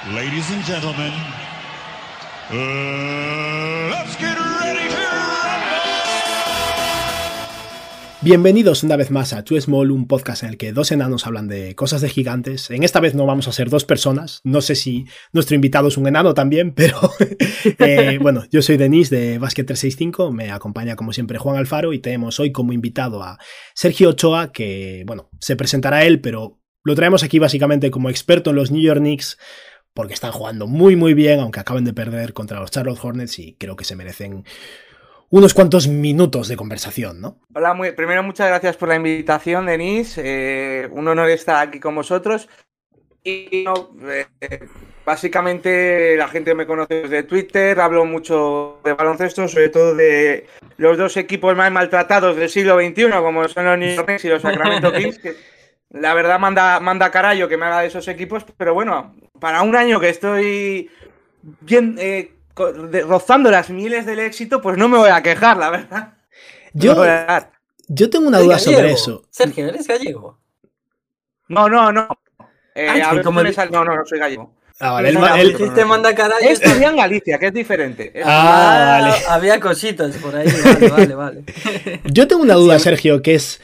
Ladies and gentlemen, let's get ready to rumble. Bienvenidos una vez más a Too Small, un podcast en el que dos enanos hablan de cosas de gigantes. En esta vez no vamos a ser dos personas, no sé si nuestro invitado es un enano también, pero bueno, yo soy Denis de Basket 365, me acompaña como siempre Juan Alfaro y tenemos hoy como invitado a Sergio Ochoa, que bueno, se presentará él, pero lo traemos aquí básicamente como experto en los New York Knicks, porque están jugando muy bien, aunque acaben de perder contra los Charlotte Hornets y creo que se merecen unos cuantos minutos de conversación, ¿no? Hola, primero muchas gracias por la invitación, Denis. Un honor estar aquí con vosotros. Y básicamente la gente me conoce desde Twitter, hablo mucho de baloncesto, sobre todo de los dos equipos más maltratados del siglo XXI, como son los New York Knicks y los Sacramento Kings, que la verdad manda carallo que me haga de esos equipos, pero bueno, para un año que estoy bien rozando las mieles del éxito, pues no me voy a quejar, la verdad. Yo tengo una duda sobre eso. Sergio, ¿eres gallego? No. No soy gallego. Vale, el chiste manda carallo. Estudié en Galicia, que es diferente. Vale. Había cositas por ahí, vale. Yo tengo una duda, Sergio, que es...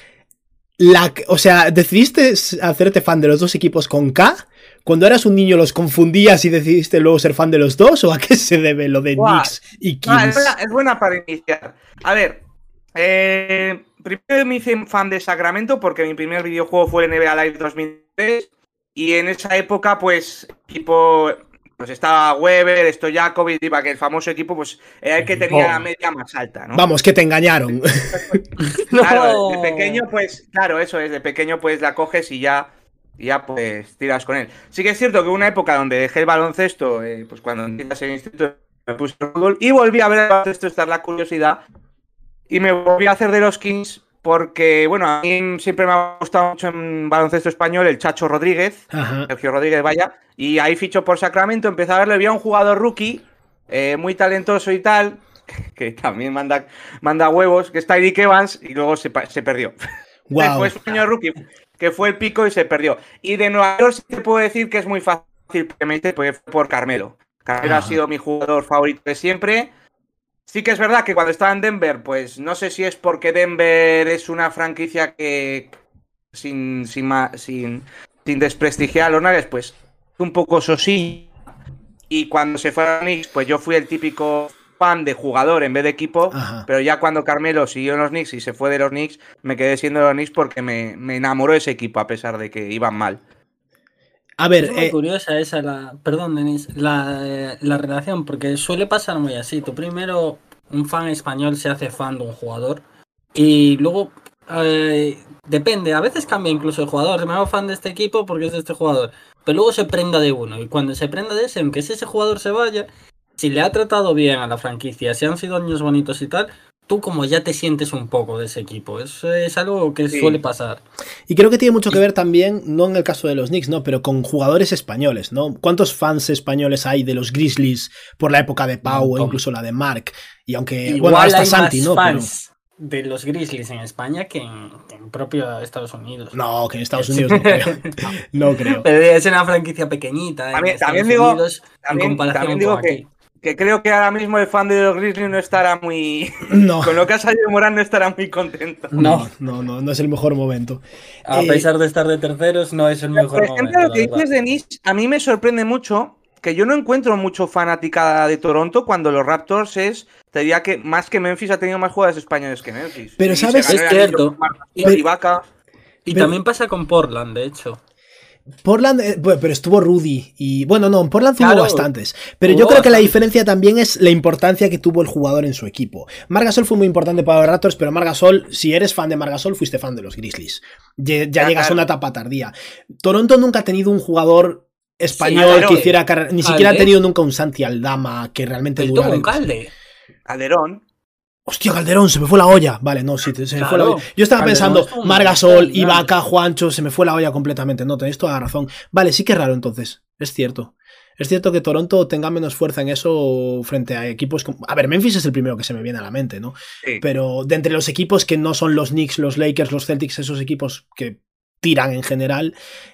O sea, ¿decidiste hacerte fan de los dos equipos con K? ¿Cuando eras un niño los confundías y decidiste luego ser fan de los dos? ¿O a qué se debe lo de Knicks y Kings? Es buena para iniciar. A ver, primero me hice fan de Sacramento porque mi primer videojuego fue el NBA Live 2003 y en esa época, pues, estaba Weber, Stojakovic, que el famoso equipo, pues, era el que tenía la media más alta, ¿no? Vamos, que te engañaron. Claro, de pequeño, pues, claro, eso es, de pequeño, pues, la coges y ya pues tiras con él. Sí que es cierto que una época donde dejé el baloncesto, pues cuando empiezas en el instituto me puse el fútbol y volví a ver el baloncesto, esta es la curiosidad, y me volví a hacer de los Kings porque, bueno, a mí siempre me ha gustado mucho en baloncesto español el Chacho Rodríguez, Sergio Rodríguez, vaya, y ahí fichó por Sacramento, empecé a verlo, había un jugador rookie, muy talentoso y tal, que también manda huevos, que es Tyreke Evans, y luego se perdió. Wow. Después fue un año rookie, que fue el pico y se perdió. Y de Nueva York sí te puedo decir que es muy fácil porque me dice, porque fue por Carmelo. Carmelo ha sido mi jugador favorito de siempre. Sí que es verdad que cuando estaba en Denver, pues no sé si es porque Denver es una franquicia que sin desprestigiar a los Nuggets, pues un poco sosilla. Y cuando se fue a los Knicks, pues yo fui el típico fan de jugador en vez de equipo, pero ya cuando Carmelo siguió en los Knicks y se fue de los Knicks, me quedé siendo de los Knicks porque me enamoró ese equipo a pesar de que iban mal. A ver, es muy curiosa esa, perdón, Denis, la relación, porque suele pasar muy así. Tú primero, un fan español se hace fan de un jugador y luego depende, a veces cambia incluso el jugador. Me hago fan de este equipo porque es de este jugador, pero luego se prenda de uno y cuando se prenda de ese, aunque ese jugador se vaya, si le ha tratado bien a la franquicia, si han sido años bonitos y tal, tú como ya te sientes un poco de ese equipo. Eso es algo que suele pasar. Y creo que tiene mucho que ver también, no en el caso de los Knicks, ¿no? Pero con jugadores españoles, ¿no? ¿Cuántos fans españoles hay de los Grizzlies por la época de Pau o incluso la de Mark? Y aunque, igual bueno, hasta hay Santi, más ¿no? fans de los Grizzlies en España que en propio Estados Unidos. No, que en Estados Unidos no creo. No creo. Pero es una franquicia pequeñita. También digo que creo que ahora mismo el fan de los Grizzlies no estará muy... No. Con lo que ha salido Morán no estará muy contento. No es el mejor momento. A pesar de estar de terceros, no es el mejor momento. Por ejemplo, lo que dices, Denis, a mí me sorprende mucho que yo no encuentro mucho fanática de Toronto cuando los Raptors te diría que más que Memphis ha tenido más jugadores españoles que Memphis. Pero ¿sabes? Es cierto. Y también pasa con Portland, de hecho. Portland, pero estuvo Rudy y... Bueno, no, en Portland hubo bastantes. Pero yo creo que la diferencia también es la importancia que tuvo el jugador en su equipo. Marc Gasol fue muy importante para los Raptors, pero Marc Gasol, si eres fan de Marc Gasol, fuiste fan de los Grizzlies. Ya llegas a una etapa tardía. Toronto nunca ha tenido un jugador español que hiciera carrera. Ni siquiera ha tenido nunca un Santi Aldama que realmente durara. Tuvo un Calderón. Hostia, Calderón, se me fue la olla. Vale, no, sí, se me fue la olla. Yo estaba pensando, Marc Gasol, Ibaka, Juancho, se me fue la olla completamente. No, tenéis toda la razón. Vale, sí que es raro entonces. Es cierto. Es cierto que Toronto tenga menos fuerza en eso frente a equipos como... A ver, Memphis es el primero que se me viene a la mente, ¿no? Sí. Pero de entre los equipos que no son los Knicks, los Lakers, los Celtics, esos equipos que tiran en general,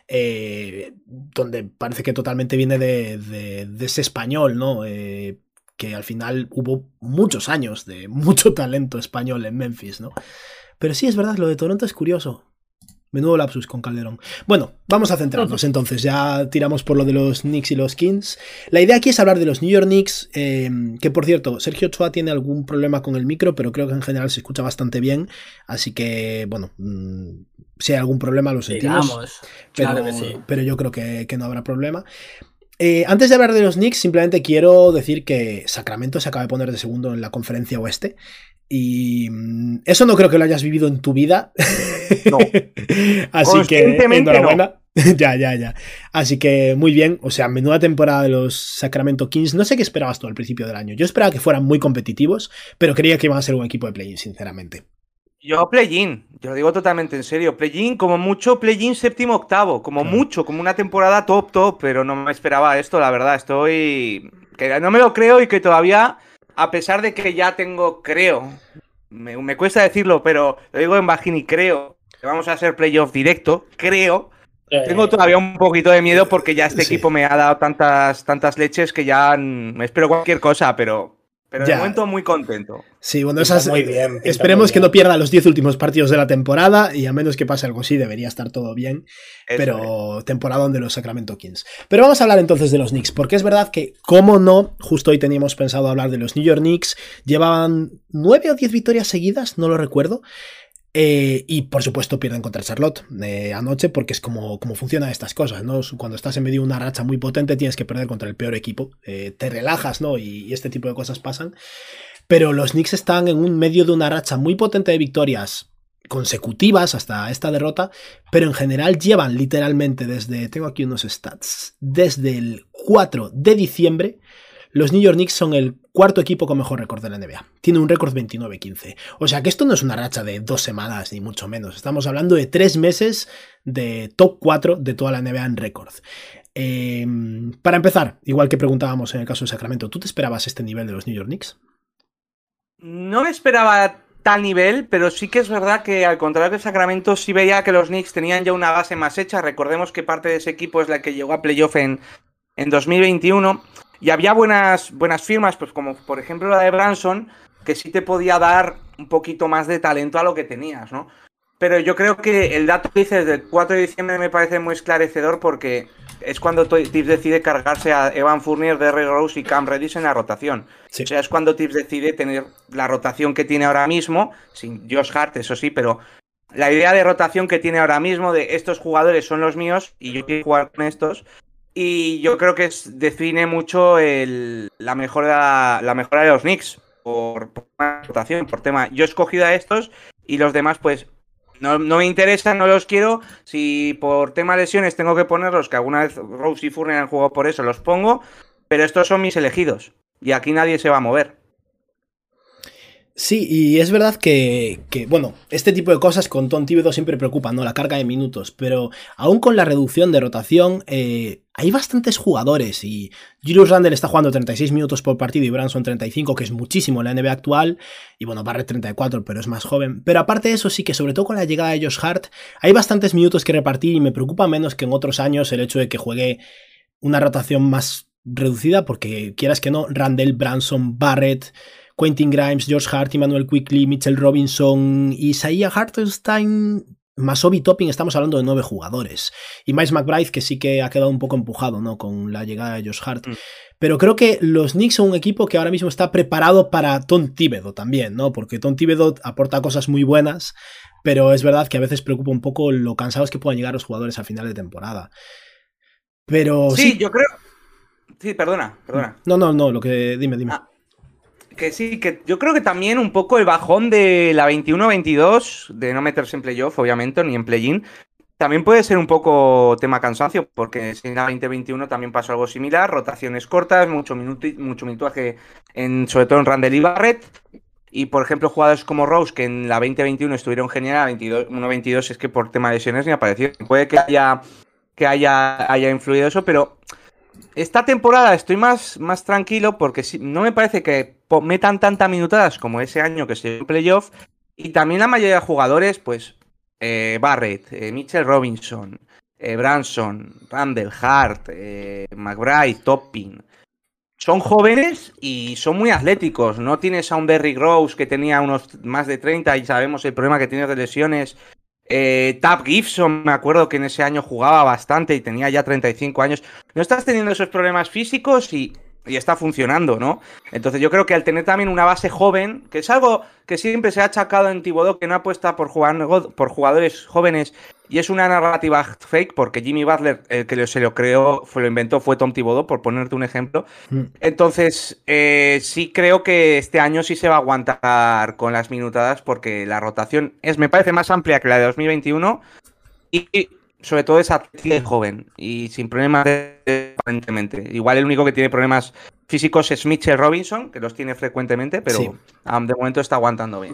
donde parece que totalmente viene de ese español, ¿no? Que al final hubo muchos años de mucho talento español en Memphis, ¿no? Pero sí, es verdad, lo de Toronto es curioso. Menudo lapsus con Calderón. Bueno, vamos a centrarnos entonces. Ya tiramos por lo de los Knicks y los Kings. La idea aquí es hablar de los New York Knicks, que por cierto, Sergio Ochoa tiene algún problema con el micro, pero creo que en general se escucha bastante bien. Así que, bueno, si hay algún problema lo sentimos. Digamos, Pero, claro que sí. pero yo creo que no habrá problema. Antes de hablar de los Knicks, simplemente quiero decir que Sacramento se acaba de poner de segundo en la conferencia oeste. Y eso no creo que lo hayas vivido en tu vida. No. Así que enhorabuena. No. Ya. Así que muy bien. O sea, menuda temporada de los Sacramento Kings. No sé qué esperabas tú al principio del año. Yo esperaba que fueran muy competitivos, pero creía que iban a ser un equipo de play-in, sinceramente. Yo play-in, yo lo digo totalmente en serio. Play-in, como mucho, play-in séptimo, octavo. Como mucho, como una temporada top, pero no me esperaba esto, la verdad. Estoy... que no me lo creo y que todavía... A pesar de que ya creo, me cuesta decirlo, pero lo digo en bajín y creo que vamos a hacer playoff directo, creo. Tengo todavía un poquito de miedo porque ya este equipo me ha dado tantas leches que ya me espero cualquier cosa, pero de momento muy contento. Sí, bueno, muy bien, esperemos que no pierda los 10 últimos partidos de la temporada y a menos que pase algo así debería estar todo bien, pero temporada de los Sacramento Kings. Pero vamos a hablar entonces de los Knicks, porque es verdad que, como no, justo hoy teníamos pensado hablar de los New York Knicks, llevaban 9 o 10 victorias seguidas, no lo recuerdo. Y por supuesto pierden contra Charlotte anoche, porque es como funcionan estas cosas, ¿no? Cuando estás en medio de una racha muy potente tienes que perder contra el peor equipo, te relajas, ¿no? Y este tipo de cosas pasan. Pero los Knicks están en medio de una racha muy potente de victorias consecutivas hasta esta derrota, pero en general llevan literalmente tengo aquí unos stats, desde el 4 de diciembre. Los New York Knicks son el cuarto equipo con mejor récord de la NBA. Tiene un récord 29-15. O sea que esto no es una racha de 2 semanas, ni mucho menos. Estamos hablando de 3 meses de top 4 de toda la NBA en récord. Para empezar, igual que preguntábamos en el caso de Sacramento, ¿tú te esperabas este nivel de los New York Knicks? No me esperaba tal nivel, pero sí que es verdad que al contrario que Sacramento sí veía que los Knicks tenían ya una base más hecha. Recordemos que parte de ese equipo es la que llegó a playoff en 2021. Y había buenas firmas, pues como por ejemplo la de Branson, que sí te podía dar un poquito más de talento a lo que tenías, ¿no? Pero yo creo que el dato que dices del 4 de diciembre me parece muy esclarecedor porque es cuando Tibbs decide cargarse a Evan Fournier, Derrick Rose y Cam Reddish en la rotación. Sí. O sea, es cuando Tibbs decide tener la rotación que tiene ahora mismo, sin Josh Hart, eso sí, pero la idea de rotación que tiene ahora mismo de estos jugadores son los míos y yo quiero jugar con estos. Y yo creo que define mucho la mejora de los Knicks por rotación, por tema. Yo he escogido a estos y los demás, pues, no me interesan, no los quiero. Si por tema lesiones tengo que ponerlos, que alguna vez Rose y Fournier han jugado por eso, los pongo. Pero estos son mis elegidos y aquí nadie se va a mover. Sí, y es verdad que bueno, este tipo de cosas con Tom Thibodeau siempre preocupan, ¿no? La carga de minutos, pero aún con la reducción de rotación hay bastantes jugadores y Julius Randle está jugando 36 minutos por partido y Branson 35, que es muchísimo en la NBA actual, y bueno, Barrett 34, pero es más joven. Pero aparte de eso sí que sobre todo con la llegada de Josh Hart hay bastantes minutos que repartir y me preocupa menos que en otros años el hecho de que juegue una rotación más reducida, porque quieras que no, Randle, Branson, Barrett, Quentin Grimes, Josh Hart, Emmanuel Quickley, Mitchell Robinson, Isaiah Hartenstein, más Obi Toppin, estamos hablando de 9 jugadores. Y Miles McBride, que sí que ha quedado un poco empujado, ¿no? Con la llegada de Josh Hart. Pero creo que los Knicks son un equipo que ahora mismo está preparado para Tom Thibodeau también, ¿no? Porque Tom Thibodeau aporta cosas muy buenas, pero es verdad que a veces preocupa un poco lo cansados que puedan llegar los jugadores a final de temporada. Pero sí, yo creo... Sí, perdona. No, lo que... Dime. Que sí, que yo creo que también un poco el bajón de la 21-22, de no meterse en playoff, obviamente, ni en play-in, también puede ser un poco tema cansancio, porque en la 2021 también pasó algo similar, rotaciones cortas, mucho minutaje, sobre todo en Randle y Barrett, y por ejemplo jugadores como Rose, que en la 2021 estuvieron genial, la 21-22 es que por tema de lesiones ni apareció. Puede que haya influido eso, pero... Esta temporada estoy más tranquilo porque no me parece que metan tantas minutadas como ese año que se dio en playoff, y también la mayoría de jugadores pues Barrett, Mitchell Robinson, Branson, Randall, Hart, McBride, Toppin. Son jóvenes y son muy atléticos. No tienes a un Derrick Rose que tenía unos más de 30 y sabemos el problema que tiene de lesiones. Tab Gibson, me acuerdo que en ese año jugaba bastante y tenía ya 35 años. No estás teniendo esos problemas físicos y está funcionando, ¿no? Entonces yo creo que al tener también una base joven, que es algo que siempre se ha achacado en Thibodeau, que no apuesta por jugadores jóvenes, y es una narrativa fake, porque Jimmy Butler, el que se lo creó, lo inventó, fue Tom Thibodeau, por ponerte un ejemplo. Entonces, sí creo que este año sí se va a aguantar con las minutadas, porque la rotación me parece más amplia que la de 2021, y sobre todo es atlética y joven, y sin problemas aparentemente. Igual el único que tiene problemas físicos es Mitchell Robinson, que los tiene frecuentemente, pero sí, de momento está aguantando bien.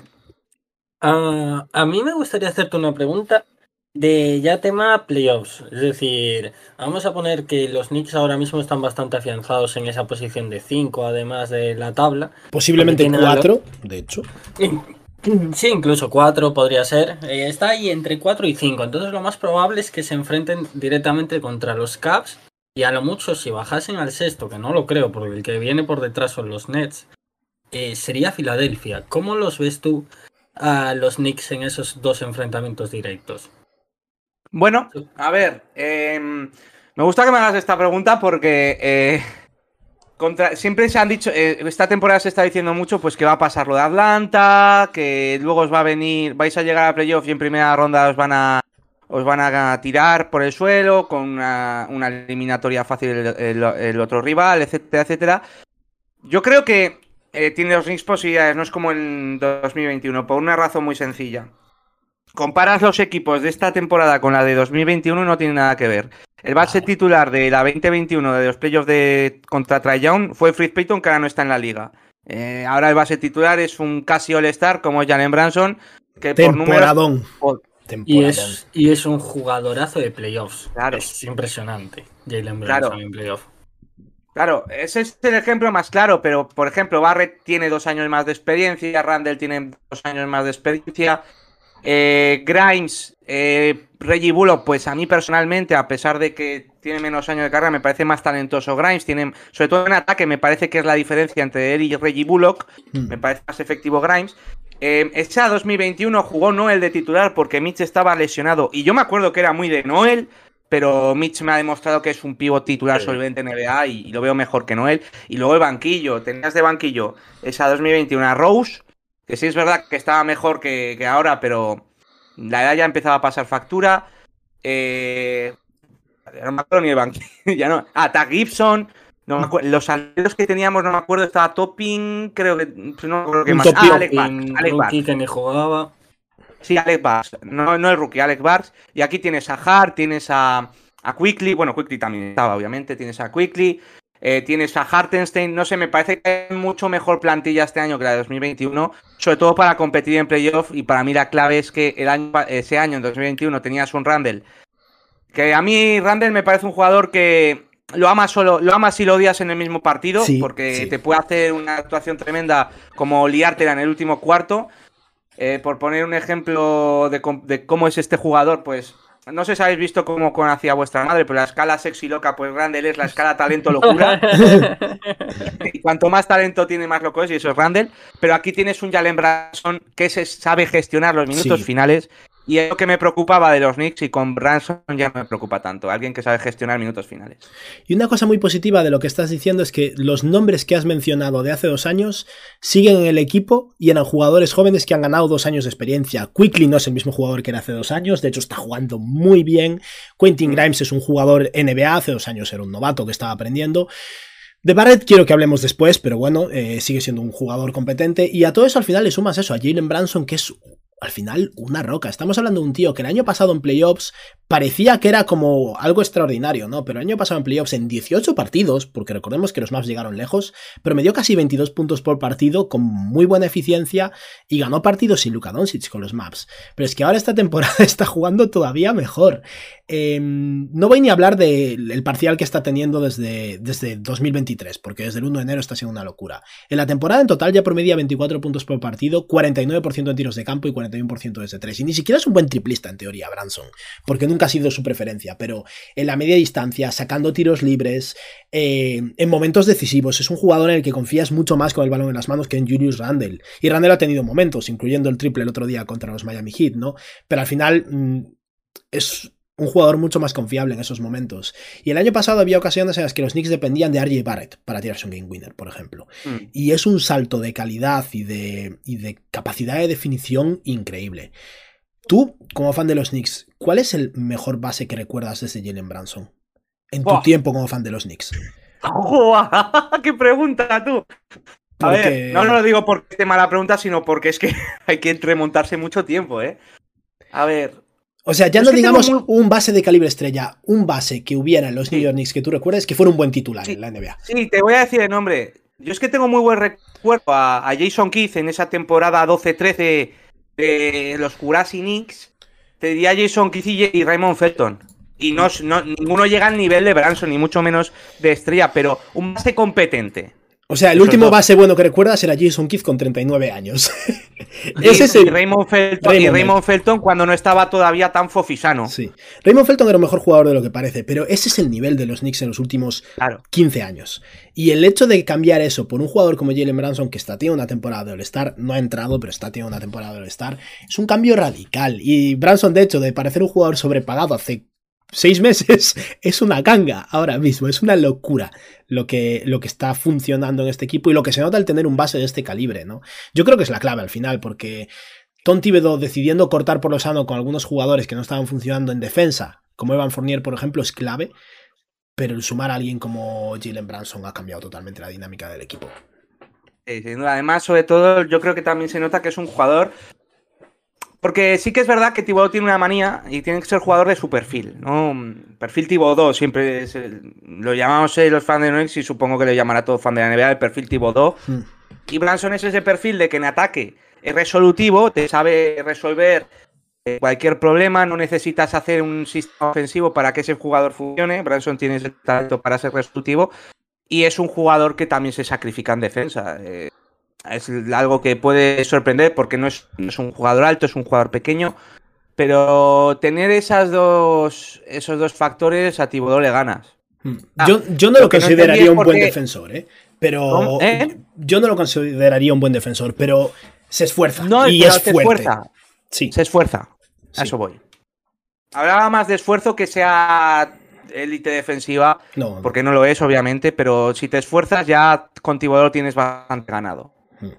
A mí me gustaría hacerte una pregunta de ya tema playoffs. Es decir, vamos a poner que los Knicks ahora mismo están bastante afianzados en esa posición de 5, además de la tabla. Posiblemente 4, de hecho. Sí, incluso 4 podría ser. Está ahí entre 4 y 5. Entonces lo más probable es que se enfrenten directamente contra los Cavs. Y a lo mucho, si bajasen al sexto, que no lo creo, porque el que viene por detrás son los Nets, sería Filadelfia. ¿Cómo los ves tú a los Knicks en esos dos enfrentamientos directos? Bueno, a ver, me gusta que me hagas esta pregunta porque siempre se han dicho, esta temporada se está diciendo mucho pues que va a pasar lo de Atlanta, que luego os va a venir, vais a llegar a playoff y en primera ronda os van a tirar por el suelo con una eliminatoria fácil el otro rival, etcétera, etcétera. Yo creo que tiene los Knicks posibilidades, no es como en 2021, por una razón muy sencilla. Comparas los equipos de esta temporada con la de 2021 y no tiene nada que ver. El base titular de la 2021 de los playoffs contra Trae Young fue Fritz Payton, que ahora no está en la liga. Ahora el base titular es un casi All-Star como Jalen Branson, que temporadón. Y es un jugadorazo de playoffs. Claro. Es impresionante Jalen Branson en playoffs. Claro, ese es el ejemplo más claro, pero por ejemplo Barrett tiene 2 años más de experiencia, Randall tiene 2 años más de experiencia, Grimes, Reggie Bullock, pues a mí personalmente, a pesar de que tiene menos años de carrera, me parece más talentoso Grimes, sobre todo en ataque, me parece que es la diferencia entre él y Reggie Bullock, me parece más efectivo Grimes. Esa 2021 jugó Noel de titular porque Mitch estaba lesionado, y yo me acuerdo que era muy de Noel, pero Mitch me ha demostrado que es un pívot titular solvente en NBA y lo veo mejor que Noel. Y luego el banquillo, tenías de banquillo esa 2021 a Rose, que sí es verdad que estaba mejor que ahora, pero la edad ya empezaba a pasar factura. No me acuerdo ni el banquillo, ya no. Tag Gibson, no me acuerdo. Los aliados que teníamos, no me acuerdo, estaba Topping, creo que no me acuerdo qué más. Alex Barks, que ni jugaba. Sí, Alex Barks, no el rookie, Alex Barks. Y aquí tienes a Hart, tienes a Quickley, bueno, Quickley también estaba, obviamente, tienes a Quickley, tienes a Hartenstein, no sé, me parece que hay mucho mejor plantilla este año que la de 2021, sobre todo para competir en playoff, y para mí la clave es que ese año, en 2021, tenías un Randall, que a mí Randall me parece un jugador que lo amas y lo odias en el mismo partido, porque te puede hacer una actuación tremenda como liártela en el último cuarto. Por poner un ejemplo de cómo es este jugador, pues no sé si habéis visto cómo conocía vuestra madre, pero la escala sexy loca, pues Randall es la escala talento locura. Y cuanto más talento tiene, más loco es, y eso es Randall. Pero aquí tienes un Jalen Branson que sabe gestionar los minutos finales, y es lo que me preocupaba de los Knicks, y con Branson ya no me preocupa tanto, alguien que sabe gestionar minutos finales. Y una cosa muy positiva de lo que estás diciendo es que los nombres que has mencionado de hace 2 años siguen en el equipo y eran jugadores jóvenes que han ganado 2 años de experiencia. Quickley no es el mismo jugador que era hace 2 años, de hecho está jugando muy bien. Quentin Grimes es un jugador NBA, hace 2 años era un novato que estaba aprendiendo. De Barrett quiero que hablemos después, pero bueno, sigue siendo un jugador competente, y a todo eso al final le sumas eso, a Jalen Branson, que es al final una roca. Estamos hablando de un tío que el año pasado en playoffs parecía que era como algo extraordinario, ¿no? Pero el año pasado en playoffs, en 18 partidos, porque recordemos que los Mavs llegaron lejos, pero me dio casi 22 puntos por partido con muy buena eficiencia y ganó partidos sin Luka Doncic con los Mavs. Pero es que ahora esta temporada está jugando todavía mejor. No voy ni a hablar del parcial que está teniendo desde 2023, porque desde el 1 de enero está siendo una locura. En la temporada en total ya promedia 24 puntos por partido, 49% en tiros de campo y 41% desde 3. Y ni siquiera es un buen triplista en teoría, Branson, porque nunca ha sido su preferencia, pero en la media distancia, sacando tiros libres, en momentos decisivos, es un jugador en el que confías mucho más con el balón en las manos que en Julius Randle. Y Randle ha tenido momentos, incluyendo el triple el otro día contra los Miami Heat, ¿no? Pero al final es un jugador mucho más confiable en esos momentos. Y el año pasado había ocasiones en las que los Knicks dependían de RJ Barrett para tirarse un game winner, por ejemplo. Y es un salto de calidad y de capacidad de definición increíble. Tú, como fan de los Knicks, ¿cuál es el mejor base que recuerdas de ese Jalen Brunson? En tu tiempo como fan de los Knicks. ¡Qué pregunta, tú! A ver, no lo digo porque esté mala pregunta, sino porque es que hay que remontarse mucho tiempo, ¿eh? A ver... O sea, ya no digamos un base de calibre estrella, un base que hubiera en los New York Knicks que tú recuerdes que fuera un buen titular en la NBA. Sí, te voy a decir el nombre. Yo es que tengo muy buen recuerdo a Jason Kidd en esa temporada 12-13 de los Jurassic Knicks. Te diría Jason Kidd y Raymond Felton. Y ninguno llega al nivel de Branson, ni mucho menos de estrella, pero un base competente. O sea, el último base bueno que recuerdas era Jason Kidd con 39 años. Ese es el... Raymond Felton cuando no estaba todavía tan fofisano. Sí. Raymond Felton era un mejor jugador de lo que parece, pero ese es el nivel de los Knicks en los últimos 15 años. Y el hecho de cambiar eso por un jugador como Jalen Brunson, que está teniendo una temporada de All-Star, no ha entrado, pero está teniendo una temporada de All-Star, es un cambio radical. Y Brunson, de hecho, de parecer un jugador sobrepagado hace 6 meses, es una ganga ahora mismo, es una locura lo que está funcionando en este equipo y lo que se nota al tener un base de este calibre, ¿no? Yo creo que es la clave al final, porque Tom Thibodeau decidiendo cortar por lo sano con algunos jugadores que no estaban funcionando en defensa, como Evan Fournier, por ejemplo, es clave, pero el sumar a alguien como Jalen Brunson ha cambiado totalmente la dinámica del equipo. Sí, además, sobre todo, yo creo que también se nota que es un jugador... Porque sí que es verdad que Thibodeau tiene una manía y tiene que ser jugador de su perfil, ¿no? Perfil Thibodeau, siempre lo llamamos los fans de Knicks y supongo que lo llamará todo fan de la NBA, el perfil Thibodeau. Y Brunson es ese perfil de que en ataque es resolutivo, te sabe resolver cualquier problema, no necesitas hacer un sistema ofensivo para que ese jugador funcione. Brunson tiene ese talento para ser resolutivo y es un jugador que también se sacrifica en defensa. Es algo que puede sorprender porque no es un jugador alto, es un jugador pequeño, pero tener esos dos factores a Thibodeau le ganas. Yo no lo consideraría un buen defensor, pero yo no lo consideraría un buen defensor, pero se esfuerza y es fuerte. Se esfuerza. A eso voy. Hablaba más de esfuerzo que sea élite defensiva, porque no lo es, obviamente, pero si te esfuerzas ya con Thibodeau tienes bastante ganado.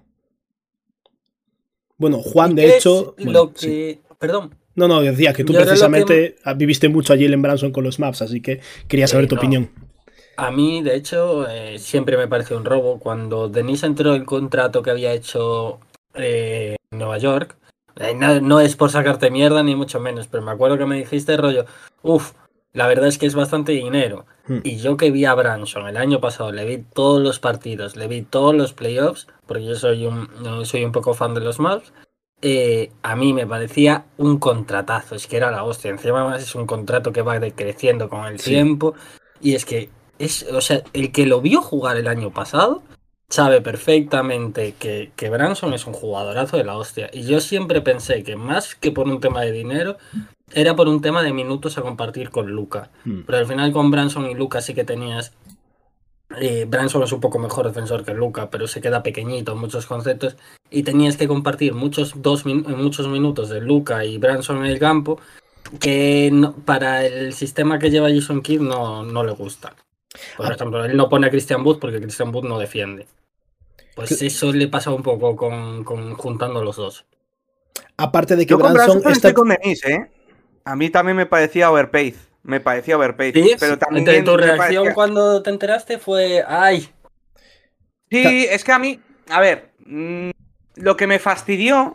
Bueno, Juan, de hecho... Perdón. No, decía que tú precisamente viviste mucho a Jalen Brunson con los Mavs, así que quería saber tu opinión. A mí, de hecho, siempre me pareció un robo. Cuando Denise entró el contrato que había hecho en Nueva York, no es por sacarte mierda ni mucho menos, pero me acuerdo que me dijiste rollo, la verdad es que es bastante dinero. Y yo que vi a Brunson el año pasado, le vi todos los partidos, le vi todos los playoffs, porque yo soy un poco fan de los Mavs, a mí me parecía un contratazo, es que era la hostia. Encima es un contrato que va decreciendo con el tiempo, y es que el que lo vio jugar el año pasado sabe perfectamente que Brunson es un jugadorazo de la hostia. Y yo siempre pensé que más que por un tema de dinero, era por un tema de minutos a compartir con Luka. Pero al final con Brunson y Luka sí que tenías... Brunson es un poco mejor defensor que Luka, pero se queda pequeñito en muchos conceptos. Y tenías que compartir muchos minutos de Luka y Brunson en el campo, que para el sistema que lleva Jason Kidd no le gusta. Por ejemplo, él no pone a Christian Wood porque Christian Wood no defiende. Pues eso le pasa un poco con juntando los dos. Aparte de que yo Brunson está con Denise, A mí también me parecía overpaid. ¿Sí? Pero también tu reacción cuando te enteraste fue ¡ay! Sí, es que a mí, a ver, lo que me fastidió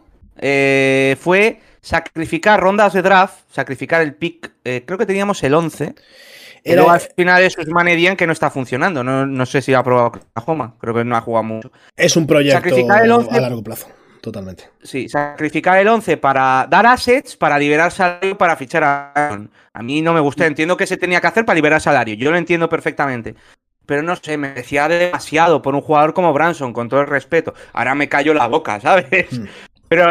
fue sacrificar rondas de draft, sacrificar el pick, creo que teníamos el 11. Y luego al final eso es Manedian que no está funcionando. No sé si ha probado Oklahoma, creo que no ha jugado mucho. Es un proyecto a largo plazo, totalmente. Sí, sacrificar el 11 para dar assets, para liberar salario, para fichar a Aaron. A mí no me gusta, entiendo que se tenía que hacer para liberar salario, yo lo entiendo perfectamente. Pero no sé, me decía demasiado por un jugador como Brunson, con todo el respeto. Ahora me callo la boca, ¿sabes? Pero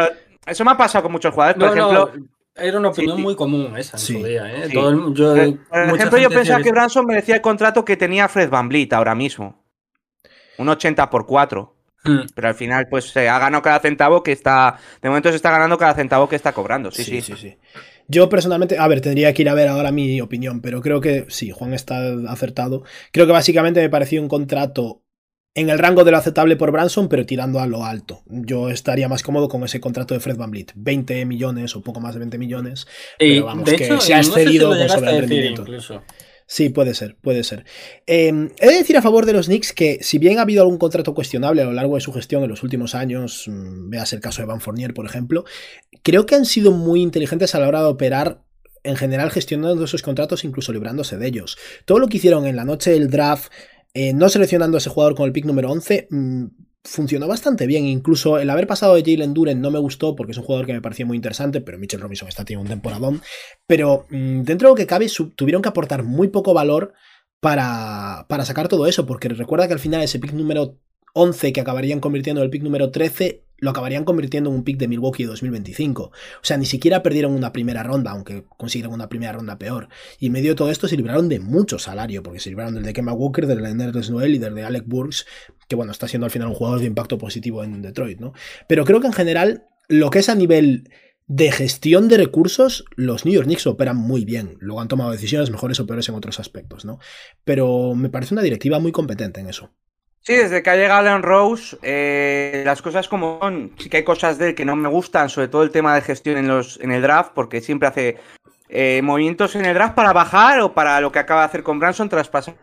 Eso me ha pasado con muchos jugadores, por ejemplo. Era una opinión Sí. muy común esa en Sí. su día, ¿eh? Sí. Todo el- Por mucha ejemplo, yo gente pensaba decía que Branson merecía el contrato que tenía Fred VanVleet ahora mismo. Un 80 por 4. Mm. Pero al final, pues se ha ganado cada centavo que está. De momento se está ganando cada centavo que está cobrando. Sí. Sí. Yo personalmente, a ver, tendría que ir a ver ahora mi opinión, pero creo que sí, Juan está acertado. Creo que básicamente me pareció un contrato en el rango de lo aceptable por Branson, pero tirando a lo alto. Yo estaría más cómodo con ese contrato de Fred VanVleet. 20 millones o poco más de 20 millones. Y, Pero vamos, de que hecho, se ha no sé si excedido lo con llegaste sobre a el decir rendimiento. incluso. Sí, puede ser. He de decir a favor de los Knicks que, si bien ha habido algún contrato cuestionable a lo largo de su gestión en los últimos años, veas el caso de Van Fournier, por ejemplo, creo que han sido muy inteligentes a la hora de operar, en general, gestionando esos contratos, incluso librándose de ellos. Todo lo que hicieron en la noche del draft, no seleccionando a ese jugador con el pick número 11, funcionó bastante bien. Incluso el haber pasado de Jalen Duren no me gustó, porque es un jugador que me parecía muy interesante, pero Mitchell Robinson está teniendo un temporadón. Pero dentro de lo que cabe, tuvieron que aportar muy poco valor para sacar todo eso, porque recuerda que al final ese pick número 11 que acabarían convirtiendo en el pick número 13 lo acabarían convirtiendo en un pick de Milwaukee 2025. O sea, ni siquiera perdieron una primera ronda, aunque consiguieron una primera ronda peor. Y en medio de todo esto se libraron de mucho salario, porque se libraron del de Kemba Walker, del de Nerlens Noel y del de Alec Burks, que bueno, está siendo al final un jugador de impacto positivo en Detroit, ¿no? Pero creo que en general, lo que es a nivel de gestión de recursos, los New York Knicks operan muy bien. Luego han tomado decisiones mejores o peores en otros aspectos, ¿no? Pero me parece una directiva muy competente en eso. Sí, desde que ha llegado Leon Rose, las cosas como son. Sí que hay cosas de él que no me gustan, sobre todo el tema de gestión en el draft, porque siempre hace movimientos en el draft para bajar o para lo que acaba de hacer con Branson, traspasar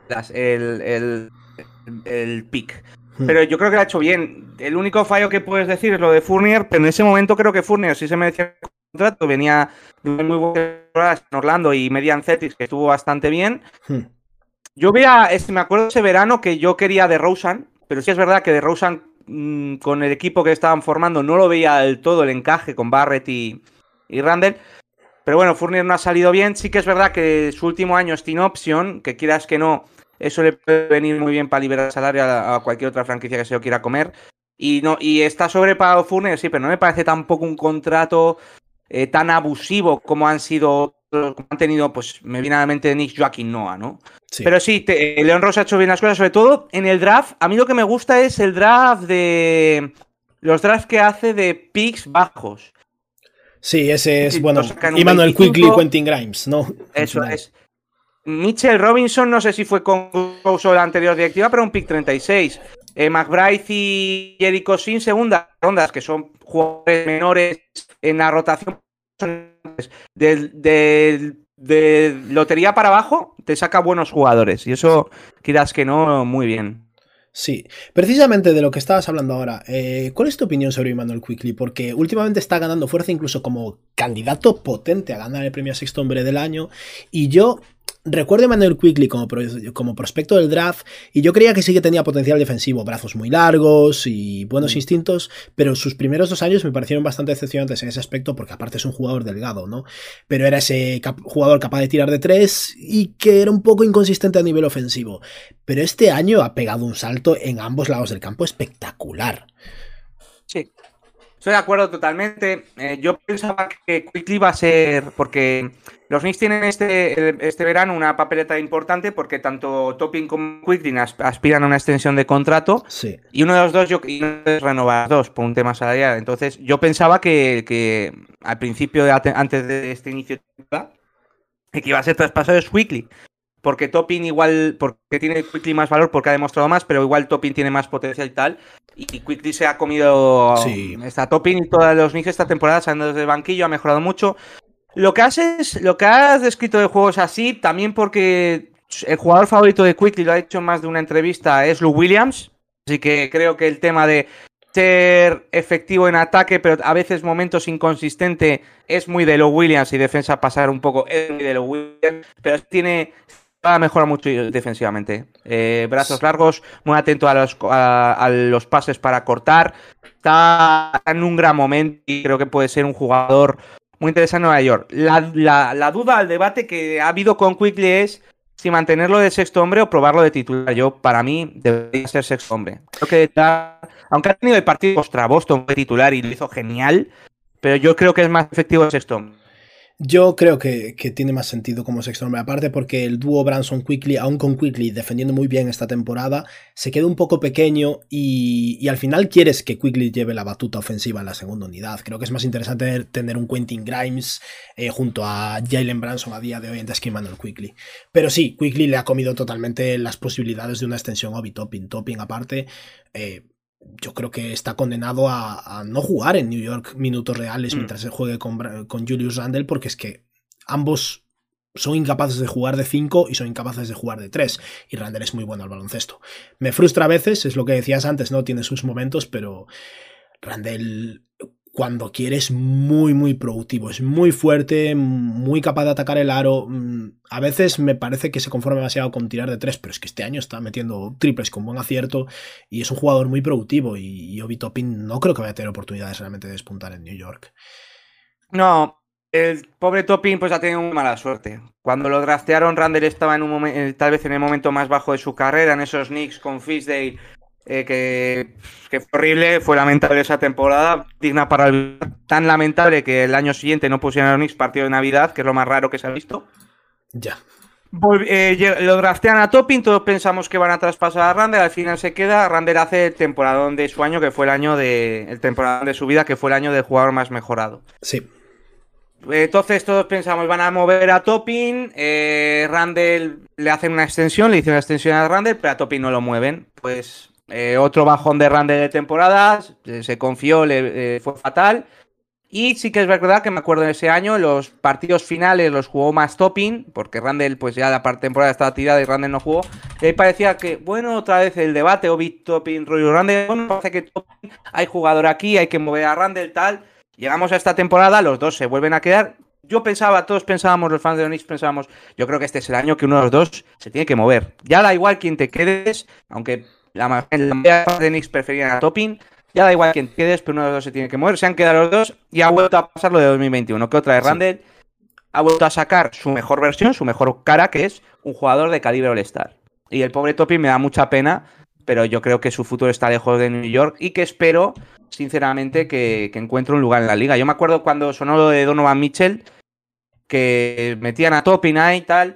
el pick. Pero yo creo que lo ha hecho bien. El único fallo que puedes decir es lo de Fournier, pero en ese momento creo que Fournier sí se merecía el contrato. Venía de muy buenas temporadas en Orlando y Median Celtics, que estuvo bastante bien. Yo me acuerdo ese verano que yo quería de DeRozan, pero sí es verdad que DeRozan con el equipo que estaban formando no lo veía del todo el encaje con Barrett y Randle. Pero bueno, Fournier no ha salido bien. Sí que es verdad que su último año es team option, que quieras que no, eso le puede venir muy bien para liberar salario a cualquier otra franquicia que se lo quiera comer. Y está sobrepagado Fournier, sí, pero no me parece tampoco un contrato tan abusivo como han tenido, pues me viene a la mente Nick Joaquin Noah, ¿no? Sí. Pero sí, Leon Rose ha hecho bien las cosas, sobre todo en el draft. A mí lo que me gusta es el draft los drafts que hace de picks bajos. Sí, ese es, bueno, Immanuel Quickley, Quentin Grimes, ¿no? Eso es. Mitchell Robinson, no sé si fue con la anterior directiva, pero un pick 36. McBride y Jericho Sin, segundas rondas, que son jugadores menores en la rotación. De lotería para abajo, te saca buenos jugadores. Y eso, quieras que no, muy bien. Sí, precisamente de lo que estabas hablando ahora, ¿cuál es tu opinión sobre Immanuel Quickley? Porque últimamente está ganando fuerza incluso como candidato potente a ganar el premio a Sexto Hombre del Año, y yo recuerdo a Immanuel Quickley como prospecto del draft, y yo creía que sí que tenía potencial defensivo, brazos muy largos y buenos instintos, pero sus primeros 2 años me parecieron bastante decepcionantes en ese aspecto, porque aparte es un jugador delgado, ¿no? Pero era ese jugador capaz de tirar de 3 y que era un poco inconsistente a nivel ofensivo. Pero este año ha pegado un salto en ambos lados del campo espectacular. Sí, estoy de acuerdo totalmente. Yo pensaba que Quickley iba a ser, porque los Knicks tienen este verano una papeleta importante, porque tanto Toppin como Quickley aspiran a una extensión de contrato. Sí. Y uno de los dos es renovar dos por un tema salarial. Entonces yo pensaba que al principio, antes de este inicio de temporada, que iba a ser traspasado es Quickley. Porque Toppin igual, porque tiene Quickley más valor, porque ha demostrado más, pero igual Toppin tiene más potencial y tal. Y Quickley se ha comido esta Toppin y todos los Knicks esta temporada saliendo desde el banquillo, ha mejorado mucho. Lo que has descrito de juegos así, también porque el jugador favorito de Quickley, lo ha dicho en más de una entrevista, es Lou Williams. Así que creo que el tema de ser efectivo en ataque, pero a veces momentos inconsistente, es muy de Lou Williams, y defensa pasar un poco, es muy de Lou Williams, pero va a mejorar mucho defensivamente. Brazos largos, muy atento a los pases para cortar. Está en un gran momento y creo que puede ser un jugador muy interesante en Nueva York. La duda, el debate que ha habido con Quickley es si mantenerlo de sexto hombre o probarlo de titular. Para mí, debería ser sexto hombre. Creo que aunque ha tenido el partido contra Boston de titular y lo hizo genial, pero yo creo que es más efectivo el sexto hombre. Yo creo que tiene más sentido como sexto hombre, aparte porque el dúo Branson-Quickley, aún con Quickley defendiendo muy bien esta temporada, se queda un poco pequeño y al final quieres que Quickley lleve la batuta ofensiva en la segunda unidad. Creo que es más interesante tener un Quentin Grimes junto a Jalen Branson a día de hoy antes que Emmanuel Quickley. Pero sí, Quickley le ha comido totalmente las posibilidades de una extensión Obi-Toppin. Toppin aparte... yo creo que está condenado a no jugar en New York minutos reales mientras se juegue con Julius Randle, porque es que ambos son incapaces de jugar de 5 y son incapaces de jugar de 3, y Randle es muy bueno al baloncesto. Me frustra a veces, es lo que decías antes, ¿no? Tiene sus momentos, pero Randle cuando quiere es muy muy productivo, es muy fuerte, muy capaz de atacar el aro. A veces me parece que se conforma demasiado con tirar de 3, pero es que este año está metiendo triples con buen acierto y es un jugador muy productivo, y Obi-Toppin no creo que vaya a tener oportunidades realmente de despuntar en New York. No, el pobre Toppin pues ha tenido muy mala suerte. Cuando lo draftearon, Randle estaba en un momento, tal vez en el momento más bajo de su carrera, en esos Knicks con Fisdale, que fue horrible, fue lamentable esa temporada, digna para el... tan lamentable que el año siguiente no pusieron a los Knicks partido de Navidad, que es lo más raro que se ha visto. Ya. Lo draftean a Toppin, todos pensamos que van a traspasar a Randle, al final se queda. Randle hace el temporadón de su año, que fue el temporadón de su vida, que fue el año del jugador más mejorado. Sí. Entonces todos pensamos, van a mover a Toppin, Randle le hacen una extensión, le hicieron una extensión a Randle, pero a Toppin no lo mueven. Pues otro bajón de Randle de temporadas, se confió, le fue fatal. Y sí que es verdad que me acuerdo de ese año, los partidos finales los jugó más Toppin, porque Randle pues ya la temporada estaba tirada y Randle no jugó. Y ahí parecía que, bueno, otra vez el debate, Obi-Toppin, Rollo Randle, bueno, parece que Toppin, hay jugador aquí, hay que mover a Randle, tal. Llegamos a esta temporada, los dos se vuelven a quedar. Todos pensábamos, los fans de los Knicks pensábamos, yo creo que este es el año que uno de los dos se tiene que mover. Ya da igual quién te quedes, aunque la mayoría de Knicks preferían a Toppin. Ya da igual quién te quedes, pero uno de los dos se tiene que mover. Se han quedado los dos y ha vuelto a pasar lo de 2021. Que otra vez Randle ha vuelto a sacar su mejor versión, su mejor cara, que es un jugador de calibre All-Star. Y el pobre Toppin me da mucha pena, pero yo creo que su futuro está lejos de New York y que espero, sinceramente, que encuentre un lugar en la liga. Yo me acuerdo cuando sonó lo de Donovan Mitchell, que metían a Toppin ahí y tal.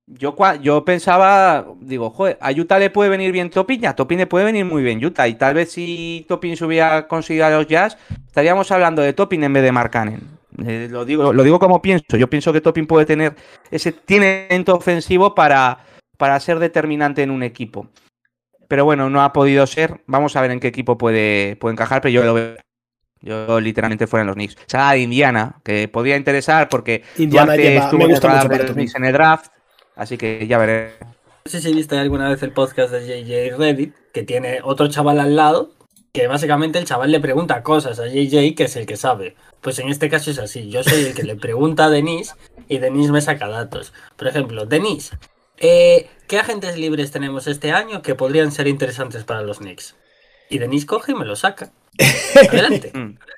Yo pensaba, digo, joder, a Utah le puede venir bien Toppin y a Toppin le puede venir muy bien Utah. Y tal vez si Toppin se hubiera conseguido a los Jazz, estaríamos hablando de Toppin en vez de Mark Cannon. Lo digo como pienso. Yo pienso que Toppin puede tener tiene talento ofensivo para ser determinante en un equipo. Pero bueno, no ha podido ser. Vamos a ver en qué equipo puede encajar, pero yo lo veo. Yo literalmente fuera en los Knicks. O sea, de Indiana, que podría interesar porque Indiana estuvo me gusta mucho para los Knicks en el draft. Así que ya veré. No sé si viste alguna vez el podcast de JJ Redick, que tiene otro chaval al lado, que básicamente el chaval le pregunta cosas a JJ, que es el que sabe. Pues en este caso es así. Yo soy el que le pregunta a Denise y Denise me saca datos. Por ejemplo, Denise, ¿qué agentes libres tenemos este año que podrían ser interesantes para los Knicks? Y Denise coge y me lo saca. Adelante.